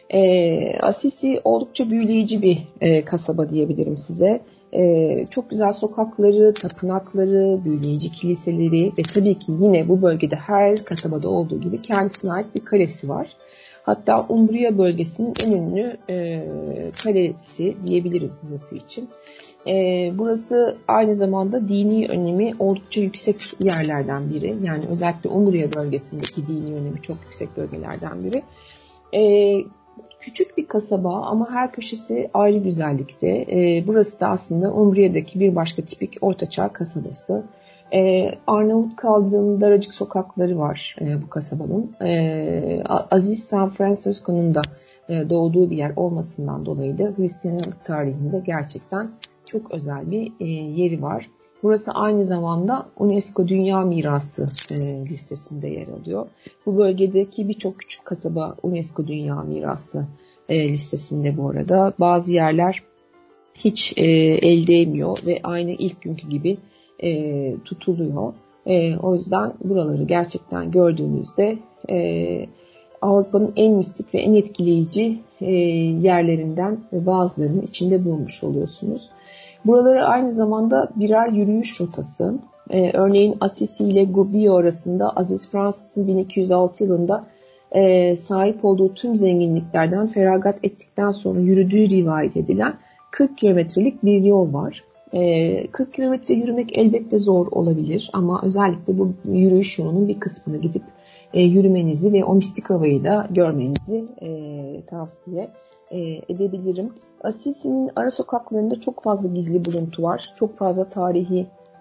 A: Assisi oldukça büyüleyici bir kasaba diyebilirim size. Çok güzel sokakları, tapınakları, büyüleyici kiliseleri ve tabii ki yine bu bölgede her kasabada olduğu gibi kendisine ait bir kalesi var. Hatta Umbria bölgesinin en ünlü kalesi diyebiliriz burası için. Burası aynı zamanda dini önemi oldukça yüksek yerlerden biri. Yani özellikle Umbria bölgesindeki dini önemi çok yüksek bölgelerden biri. Küçük bir kasaba ama her köşesi ayrı güzellikte. Burası da aslında Umbria'daki bir başka tipik ortaçağ kasabası. Arnavut kaldırımın daracık sokakları var bu kasabanın. Aziz San Francisco'nun da doğduğu bir yer olmasından dolayı da Hristiyanlık tarihinde gerçekten çok özel bir yeri var. Burası aynı zamanda UNESCO Dünya Mirası listesinde yer alıyor. Bu bölgedeki birçok küçük kasaba UNESCO Dünya Mirası listesinde bu arada. Bazı yerler hiç el değmiyor ve aynı ilk günkü gibi tutuluyor. O yüzden buraları gerçekten gördüğünüzde Avrupa'nın en mistik ve en etkileyici yerlerinden ve bazılarının içinde bulunmuş oluyorsunuz. Buraları aynı zamanda birer yürüyüş rotası. Örneğin Assisi ile Gubbio arasında Aziz Fransız'ın 1206 yılında sahip olduğu tüm zenginliklerden feragat ettikten sonra yürüdüğü rivayet edilen 40 kilometrelik bir yol var. 40 kilometre yürümek elbette zor olabilir ama özellikle bu yürüyüş yolunun bir kısmını gidip yürümenizi ve o mistik havayı da görmenizi tavsiye edebilirim. Assisi'nin ara sokaklarında çok fazla gizli buluntu var. Çok fazla tarihi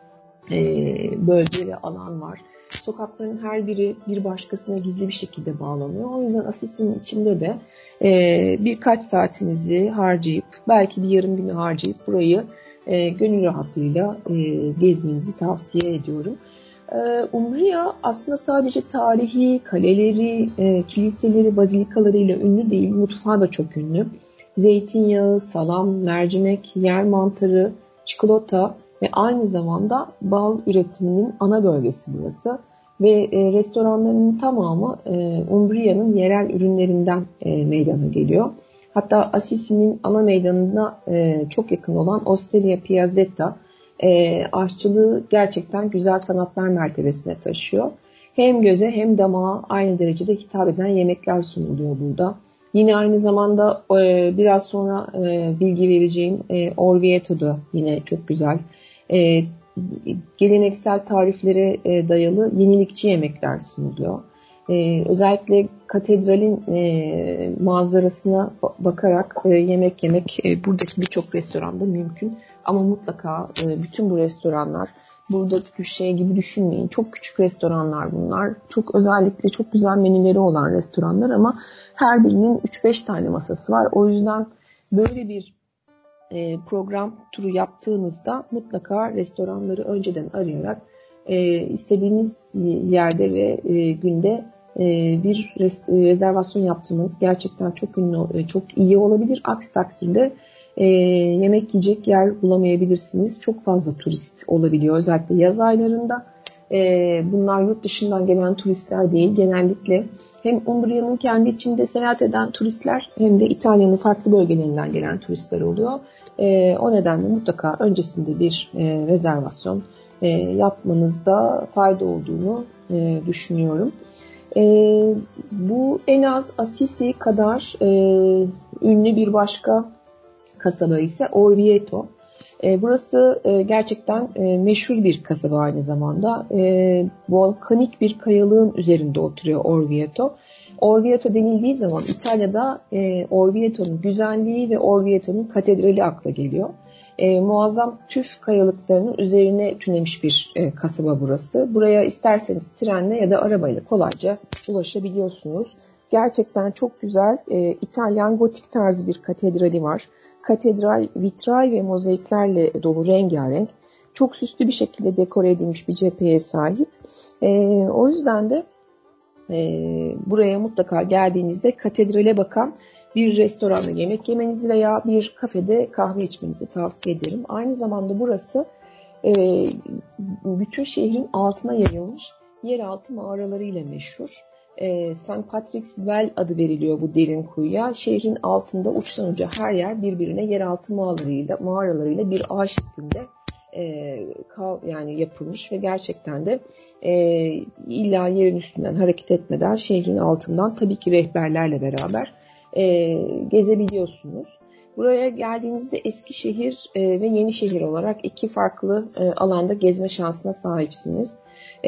A: bölge ve alan var. Sokakların her biri bir başkasına gizli bir şekilde bağlanıyor. O yüzden Assisi'nin içinde de birkaç saatinizi harcayıp belki bir yarım günü harcayıp burayı gönül rahatlığıyla gezmenizi tavsiye ediyorum. Umbria aslında sadece tarihi, kaleleri, kiliseleri, bazilikalarıyla ünlü değil, mutfağı da çok ünlü. Zeytinyağı, salam, mercimek, yer mantarı, çikolata ve aynı zamanda bal üretiminin ana bölgesi burası. Ve restoranların tamamı Umbria'nın yerel ürünlerinden meydana geliyor. Hatta Assisi'nin ana meydanına çok yakın olan Osteria Piazzetta aşçılığı gerçekten güzel sanatlar mertebesine taşıyor. Hem göze hem damağa aynı derecede hitap eden yemekler sunuluyor burada. Yine aynı zamanda biraz sonra bilgi vereceğim Orvieto da yine çok güzel. Geleneksel tariflere dayalı yenilikçi yemekler sunuluyor. Özellikle katedralin manzarasına bakarak yemek yemek buradaki birçok restoranda mümkün. Ama mutlaka bütün bu restoranlar, burada şey gibi düşünmeyin. Çok küçük restoranlar bunlar. Özellikle çok güzel menüleri olan restoranlar ama her birinin 3-5 tane masası var. O yüzden böyle bir program turu yaptığınızda mutlaka restoranları önceden arayarak istediğiniz yerde ve günde bir rezervasyon yaptırmanız gerçekten çok iyi olabilir. Aksi takdirde yemek yiyecek yer bulamayabilirsiniz. Çok fazla turist olabiliyor özellikle yaz aylarında. Bunlar yurt dışından gelen turistler değil, genellikle hem Umbria'nın kendi içinde seyahat eden turistler hem de İtalya'nın farklı bölgelerinden gelen turistler oluyor. O nedenle mutlaka öncesinde bir rezervasyon yapmanızda fayda olduğunu düşünüyorum. Bu en az Assisi kadar ünlü bir başka kasaba ise Orvieto. Burası gerçekten meşhur bir kasaba aynı zamanda. Volkanik bir kayalığın üzerinde oturuyor Orvieto. Orvieto denildiği zaman İtalya'da Orvieto'nun güzelliği ve Orvieto'nun katedrali akla geliyor. Muazzam tüf kayalıklarının üzerine tünemiş bir kasaba burası. Buraya isterseniz trenle ya da arabayla kolayca ulaşabiliyorsunuz. Gerçekten çok güzel İtalyan gotik tarzı bir katedrali var. Katedral vitray ve mozaiklerle dolu, rengarenk. Çok süslü bir şekilde dekore edilmiş bir cepheye sahip. O yüzden de buraya mutlaka geldiğinizde katedrale bakan bir restoranda yemek yemenizi veya bir kafede kahve içmenizi tavsiye ederim. Aynı zamanda burası bütün şehrin altına yayılmış yeraltı mağaralarıyla meşhur. St. Patrick's Well adı veriliyor bu derin kuyuya. Şehrin altında uçtan uca her yer birbirine yeraltı mağaralarıyla bir ağ şeklinde yani yapılmış ve gerçekten de illa yerin üstünden hareket etmeden şehrin altından tabii ki rehberlerle beraber gezebiliyorsunuz. Buraya geldiğinizde Eskişehir ve Yenişehir olarak iki farklı alanda gezme şansına sahipsiniz.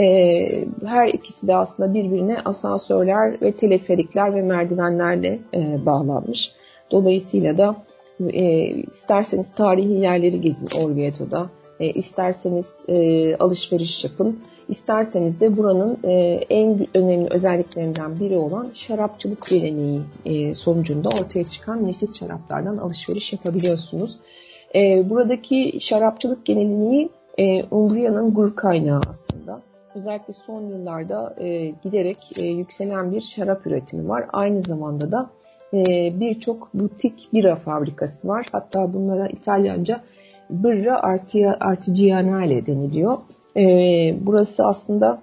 A: Her ikisi de aslında birbirine asansörler ve teleferikler ve merdivenlerle bağlanmış. Dolayısıyla da isterseniz tarihi yerleri gezin Orvieto'da, isterseniz alışveriş yapın, isterseniz de buranın en önemli özelliklerinden biri olan şarapçılık geleneği sonucunda ortaya çıkan nefis şaraplardan alışveriş yapabiliyorsunuz. Buradaki şarapçılık geleneği Umbria'nın gurur kaynağı aslında. Özellikle son yıllarda giderek yükselen bir şarap üretimi var. Aynı zamanda da birçok butik bira fabrikası var. Hatta bunlara İtalyanca Birra Artigianale deniliyor. Burası aslında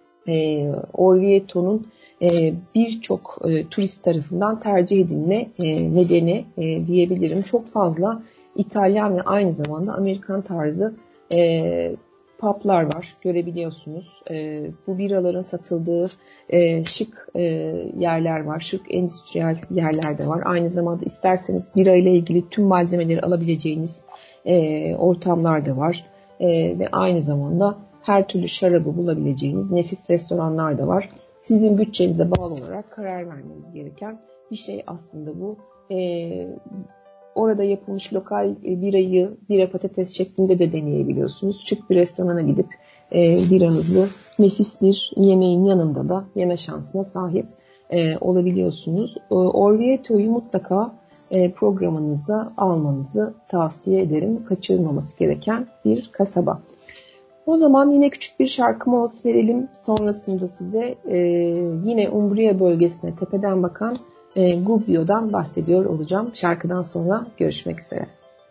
A: Orvieto'nun birçok turist tarafından tercih edilme nedeni diyebilirim. Çok fazla İtalyan ve aynı zamanda Amerikan tarzı publar var, görebiliyorsunuz. Bu biraların satıldığı şık yerler var, şık endüstriyel yerler de var. Aynı zamanda isterseniz bira ile ilgili tüm malzemeleri alabileceğiniz ortamlar da var. Ve aynı zamanda her türlü şarabı bulabileceğiniz nefis restoranlar da var. Sizin bütçenize bağlı olarak karar vermeniz gereken bir şey aslında bu. Orada yapılmış lokal birayı bira patates şeklinde de deneyebiliyorsunuz. Şık bir restorana gidip biranızı nefis bir yemeğin yanında da yeme şansına sahip olabiliyorsunuz. Orvieto'yu mutlaka programınıza almanızı tavsiye ederim. Kaçırılmaması gereken bir kasaba. O zaman yine küçük bir şarkı molası verelim. Sonrasında size yine Umbria bölgesine tepeden bakan Gubbio'dan bahsediyor olacağım. Şarkıdan sonra görüşmek üzere.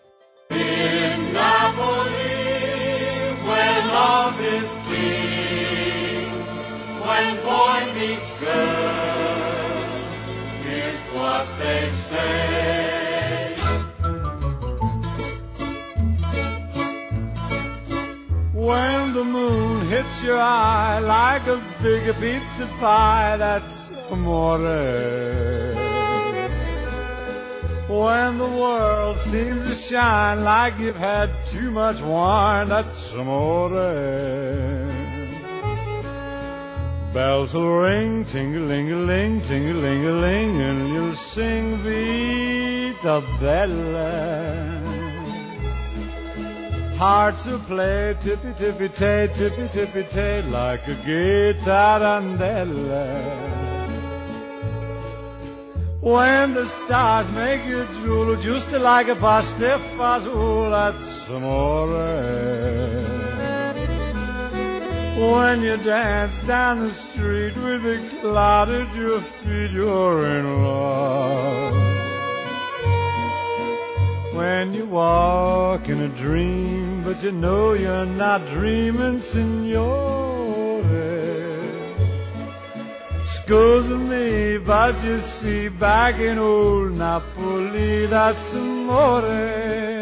C: When the moon hits your eye like a big pizza pie, that's amore. When the world seems to shine like you've had too much wine, that's amore. Bells will ring, ting-a-ling-a-ling, ting-a-ling-a-ling, and you'll sing Vita Bella. Hearts will play tippy-tippy-tay, tippy-tippy-tay, like a gay tarantella. When the stars make you drool, just like a pastifazool, that's amore. When you dance down the street with a cloud at your feet, you're in love. When you walk in a dream, but you know you're not dreaming, signore. Scusa me, but you see, back in old Napoli, that's amore.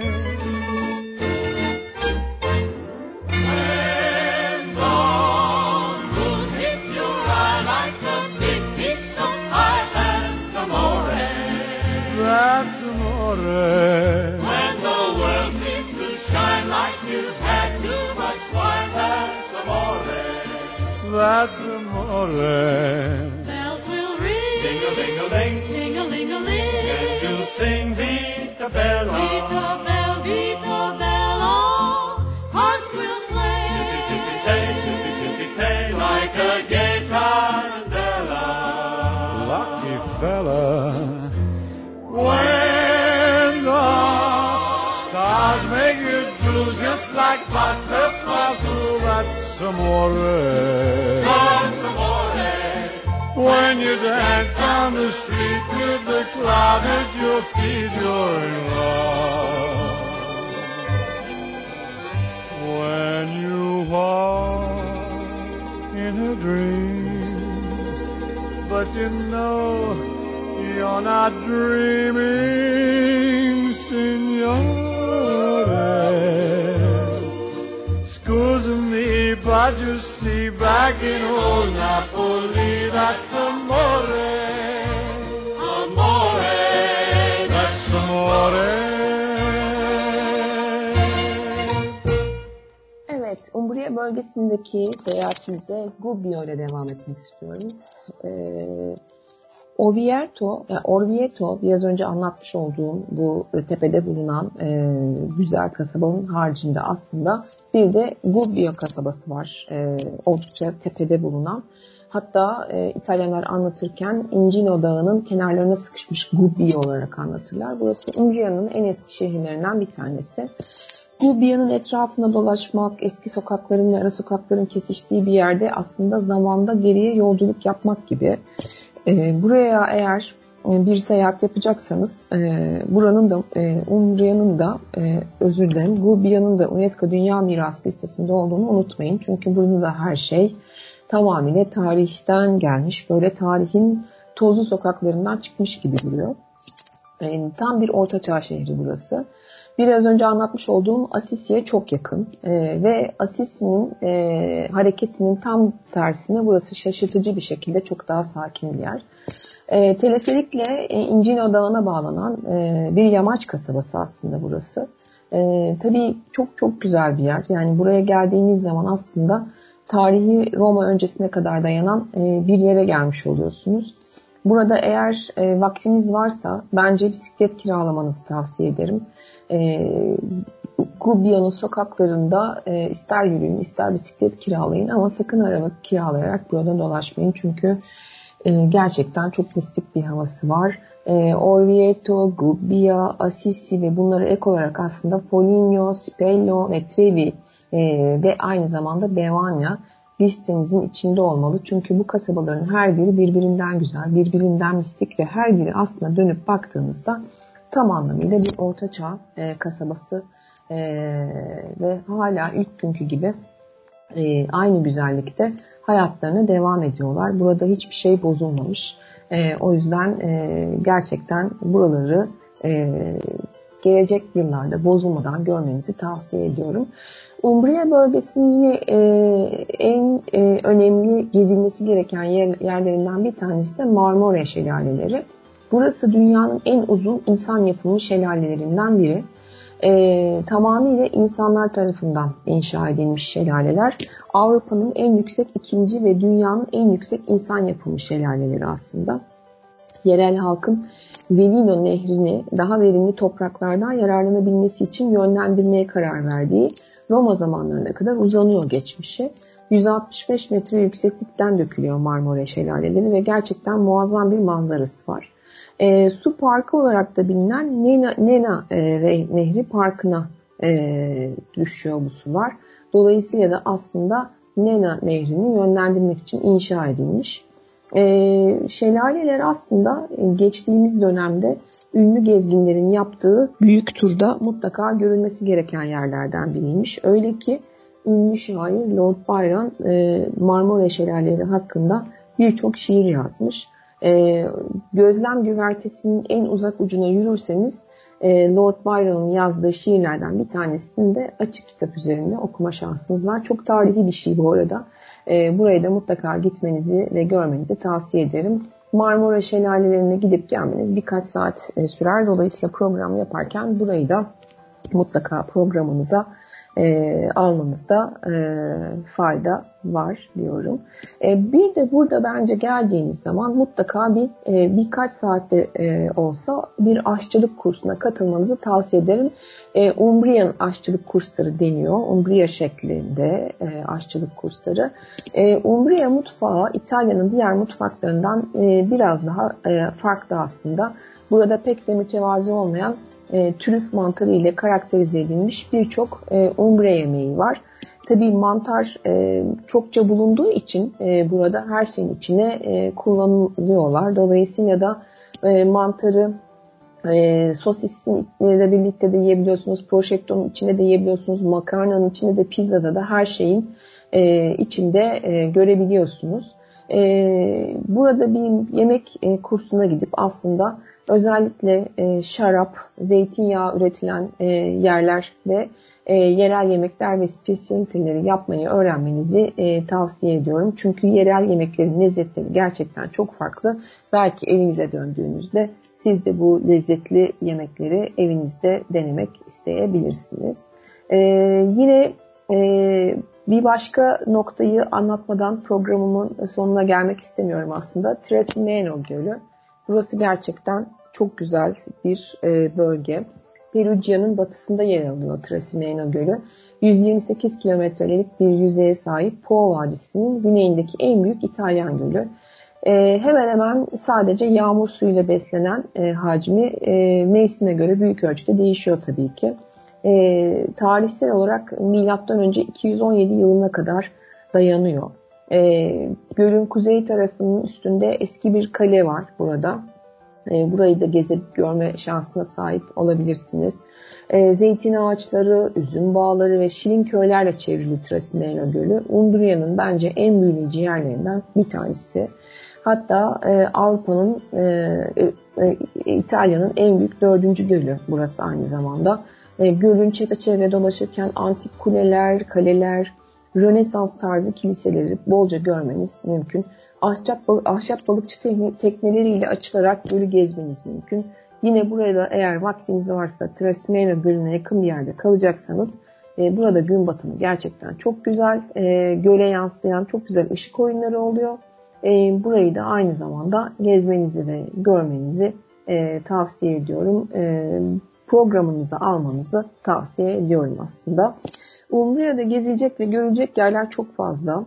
C: That's amore.
D: When the world seems to shine like you've had too much wine, that's amore.
C: That's amore.
D: Bells will ring, ting-a-ling-a-ling, ting-a-ling-a-ling, and you'll sing Vita Bella, Vita Bella, Vita Bella. Hearts will play, tippy-tippy-tay, tippy-tippy-tay, like a gay tarantella.
C: Lucky fella. When the stars make you drool, just like pasta fazool, that's amore.
D: That's amore.
C: When you dance down the street with the cloud at your feet, you're in love. When you walk in a dream, but you know you're not dreaming, signore. Scusa me, but you see, back in old Napoli, that's amore.
D: Amore,
C: That's amore.
A: Evet, Umbria bölgesindeki seyahatimize Gubbio ile devam etmek istiyorum. Orvieto, biraz önce anlatmış olduğum bu tepede bulunan güzel kasabanın haricinde aslında bir de Gubbio kasabası var. Oldukça tepede bulunan. Hatta İtalyanlar anlatırken Incino Dağı'nın kenarlarına sıkışmış Gubbio olarak anlatırlar. Burası Umbria'nın en eski şehirlerinden bir tanesi. Gubbio'nun etrafında dolaşmak, eski sokakların ve ara sokakların kesiştiği bir yerde aslında zamanda geriye yolculuk yapmak gibi. Buraya eğer bir seyahat yapacaksanız buranın da Umbria'nın da Gubbio'nun da UNESCO Dünya Mirası listesinde olduğunu unutmayın. Çünkü burada da her şey tamamıyla tarihten gelmiş. Böyle tarihin tozlu sokaklarından çıkmış gibi duruyor. Tam bir ortaçağ şehri burası. Biraz önce anlatmış olduğum Assisi'ye çok yakın ve Assisi'nin hareketinin tam tersine burası şaşırtıcı bir şekilde çok daha sakin bir yer. Teleferikle Incino Dağı'na bağlanan bir yamaç kasabası aslında burası. Tabii çok çok güzel bir yer. Yani buraya geldiğiniz zaman aslında tarihi Roma öncesine kadar dayanan bir yere gelmiş oluyorsunuz. Burada eğer vaktiniz varsa bence bisiklet kiralamanızı tavsiye ederim. Gubbio'nun sokaklarında ister yürüyün ister bisiklet kiralayın ama sakın araba kiralayarak burada dolaşmayın. Çünkü gerçekten çok mistik bir havası var. Orvieto, Gubbio, Assisi ve bunlara ek olarak aslında Foligno, Spello ve Trevi Ve aynı zamanda Bevanya listenizin içinde olmalı. Çünkü bu kasabaların her biri birbirinden güzel, birbirinden mistik ve her biri aslında dönüp baktığınızda tam anlamıyla bir ortaçağ kasabası ve hala ilk günkü gibi aynı güzellikte hayatlarına devam ediyorlar. Burada hiçbir şey bozulmamış. O yüzden gerçekten buraları gelecek yıllarda bozulmadan görmenizi tavsiye ediyorum. Umbria bölgesinin yine en önemli gezilmesi gereken yerlerinden bir tanesi de Marmora Şelaleleri. Burası dünyanın en uzun insan yapımı şelalelerinden biri. Tamamıyla insanlar tarafından inşa edilmiş şelaleler. Avrupa'nın en yüksek ikinci ve dünyanın en yüksek insan yapımı şelaleleri aslında. Yerel halkın Velino Nehri'ni daha verimli topraklardan yararlanabilmesi için yönlendirmeye karar verdiği Roma zamanlarına kadar uzanıyor geçmişe. 165 metre yükseklikten dökülüyor Marmara Şelaleleri ve gerçekten muazzam bir manzarası var. Su parkı olarak da bilinen Nena Nehri Parkı'na düşüyor bu sular. Dolayısıyla da aslında Nena Nehri'ni yönlendirmek için inşa edilmiş. Şelaleler aslında geçtiğimiz dönemde ünlü gezginlerin yaptığı büyük turda mutlaka görülmesi gereken yerlerden biriymiş. Öyle ki ünlü şair Lord Byron Marmara Şelaleleri hakkında birçok şiir yazmış. Gözlem güvertesinin en uzak ucuna yürürseniz Lord Byron'un yazdığı şiirlerden bir tanesini de açık kitap üzerinde okuma şansınız var. Çok tarihi bir şey bu arada. Buraya da mutlaka gitmenizi ve görmenizi tavsiye ederim. Marmara Şelalelerine gidip gelmeniz birkaç saat sürer. Dolayısıyla program yaparken burayı da mutlaka programınıza almanızda fayda var diyorum. Bir de burada bence geldiğiniz zaman mutlaka birkaç saatte olsa bir aşçılık kursuna katılmanızı tavsiye ederim. Umbrian aşçılık kursları deniyor. Umbria şeklinde aşçılık kursları. Umbria mutfağı İtalya'nın diğer mutfaklarından biraz daha farklı aslında. Burada pek de mütevazi olmayan trüf mantarı ile karakterize edilmiş birçok Umbria yemeği var. Tabii mantar çokça bulunduğu için burada her şeyin içine kullanılıyorlar. Dolayısıyla da mantarı sosisin ile birlikte de yiyebiliyorsunuz, prosciutto'nun içinde de yiyebiliyorsunuz, makarnanın içinde de, pizzada da her şeyin içinde görebiliyorsunuz. Burada bir yemek kursuna gidip aslında özellikle şarap, zeytinyağı üretilen yerler ve yerel yemekler ve spesiyaliteleri yapmayı öğrenmenizi tavsiye ediyorum. Çünkü yerel yemeklerin lezzetleri gerçekten çok farklı. Belki evinize döndüğünüzde siz de bu lezzetli yemekleri evinizde denemek isteyebilirsiniz. Yine bir başka noktayı anlatmadan programımın sonuna gelmek istemiyorum aslında. Trasimeno Gölü. Burası gerçekten çok güzel bir bölge. Perugia'nın batısında yer alıyor Trasimeno Gölü. 128 kilometrelik bir yüzeye sahip Po Vadisi'nin güneyindeki en büyük İtalyan gölü. Hemen hemen sadece yağmur suyuyla beslenen hacmi mevsime göre büyük ölçüde değişiyor tabii ki. Tarihsel olarak M.Ö. 217 yılına kadar dayanıyor. Gölün kuzey tarafının üstünde eski bir kale var burada. Burayı da gezip görme şansına sahip olabilirsiniz. Zeytin ağaçları, üzüm bağları ve şirin köylerle çevrili Trasimeno Gölü, Umbria'nın bence en büyüleyici yerlerinden bir tanesi. Hatta Avrupa'nın, İtalya'nın en büyük 4. gölü burası aynı zamanda. Gölün çepeçevre dolaşırken antik kuleler, kaleler, Rönesans tarzı kiliseleri bolca görmeniz mümkün. Ahşap balıkçı tekneleriyle açılarak gölü gezmeniz mümkün. Yine burada eğer vaktiniz varsa Trasimeno Gölü'ne yakın bir yerde kalacaksanız burada gün batımı gerçekten çok güzel. Göle yansıyan çok güzel ışık oyunları oluyor. Burayı da aynı zamanda gezmenizi ve görmenizi tavsiye ediyorum. Programınıza almanızı tavsiye ediyorum aslında. Umbria'da gezilecek ve görülecek yerler çok fazla.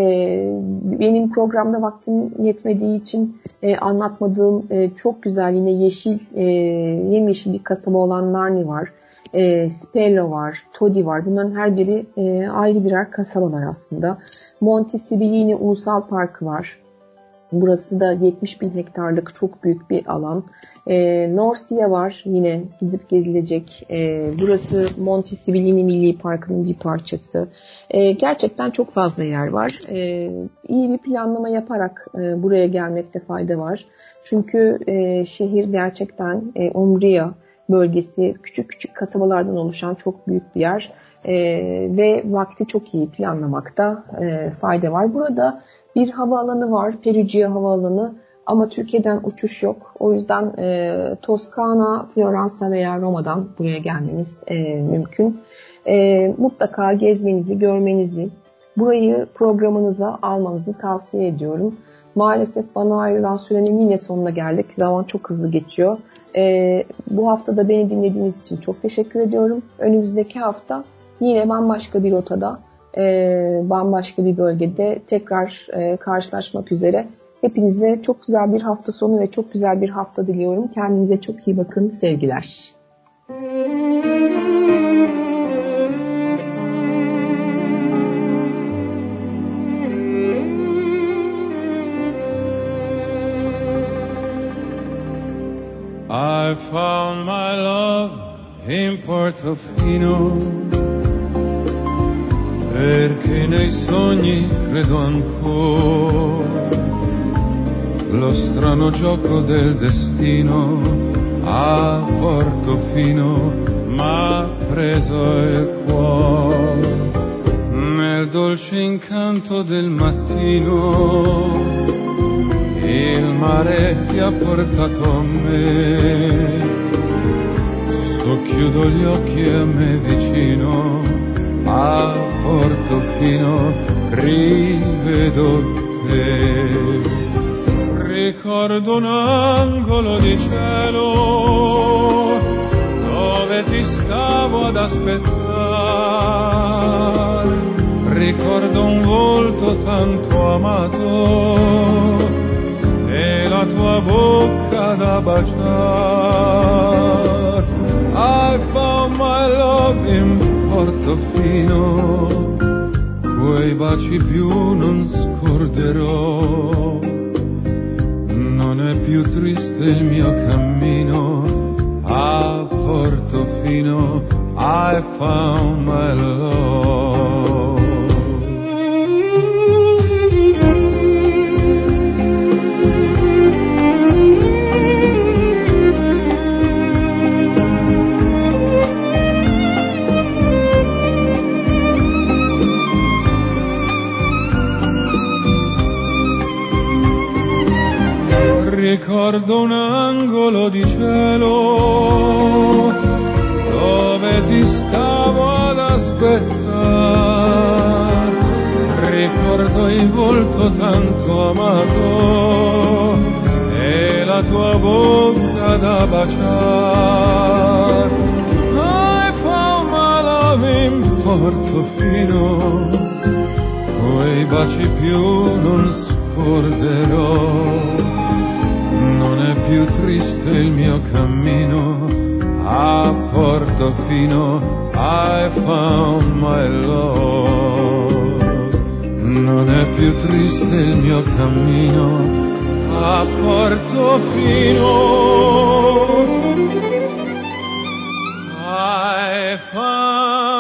A: Benim programda vaktim yetmediği için anlatmadığım çok güzel yine yeşil, yemyeşil bir kasaba olan Narni var. Spello var, Todi var. Bunların her biri ayrı birer kasabalar aslında. Monte Sibillini Ulusal Parkı var. Burası da 70 bin hektarlık çok büyük bir alan. Norcia var, yine gidip gezilecek. Burası Monte Sibillini Milli Parkı'nın bir parçası. Gerçekten çok fazla yer var. İyi bir planlama yaparak buraya gelmekte fayda var. Çünkü şehir gerçekten Umbria bölgesi, küçük küçük kasabalardan oluşan çok büyük bir yer. Ve vakti çok iyi planlamakta fayda var. Burada bir havaalanı var, Perugia Havaalanı, ama Türkiye'den uçuş yok. O yüzden Toskana, Floransa veya Roma'dan buraya gelmeniz mümkün. Mutlaka gezmenizi, görmenizi, burayı programınıza almanızı tavsiye ediyorum. Maalesef bana ayrılan sürenin yine sonuna geldik. Zaman çok hızlı geçiyor. Bu hafta da beni dinlediğiniz için çok teşekkür ediyorum. Önümüzdeki hafta yine bambaşka bir rotada, bambaşka bir bölgede tekrar karşılaşmak üzere. Hepinize çok güzel bir hafta sonu ve çok güzel bir hafta diliyorum. Kendinize çok iyi bakın. Sevgiler.
C: I found my love in Portofino, perché nei sogni credo ancora, lo strano gioco del destino a Portofino m'ha preso il cuore, nel dolce incanto del mattino il mare ti ha portato a me, socchiudo gli occhi e a me vicino a Portofino rivedo te. Ricordo un angolo di cielo dove ti stavo ad aspettare, ricordo un volto tanto amato e la tua bocca da baciare. I found my love in Portofino, quei baci più non scorderò, non è più triste il mio cammino a Portofino. I found my love. Ricordo un angolo di cielo dove ti stavo ad aspettare, ricordo il volto tanto amato e la tua bocca da baciare. I found my love in Portofino, quei baci più non scorderò, non è più triste il mio cammino a Portofino. I found my love. Non è più triste il mio cammino a Portofino. I found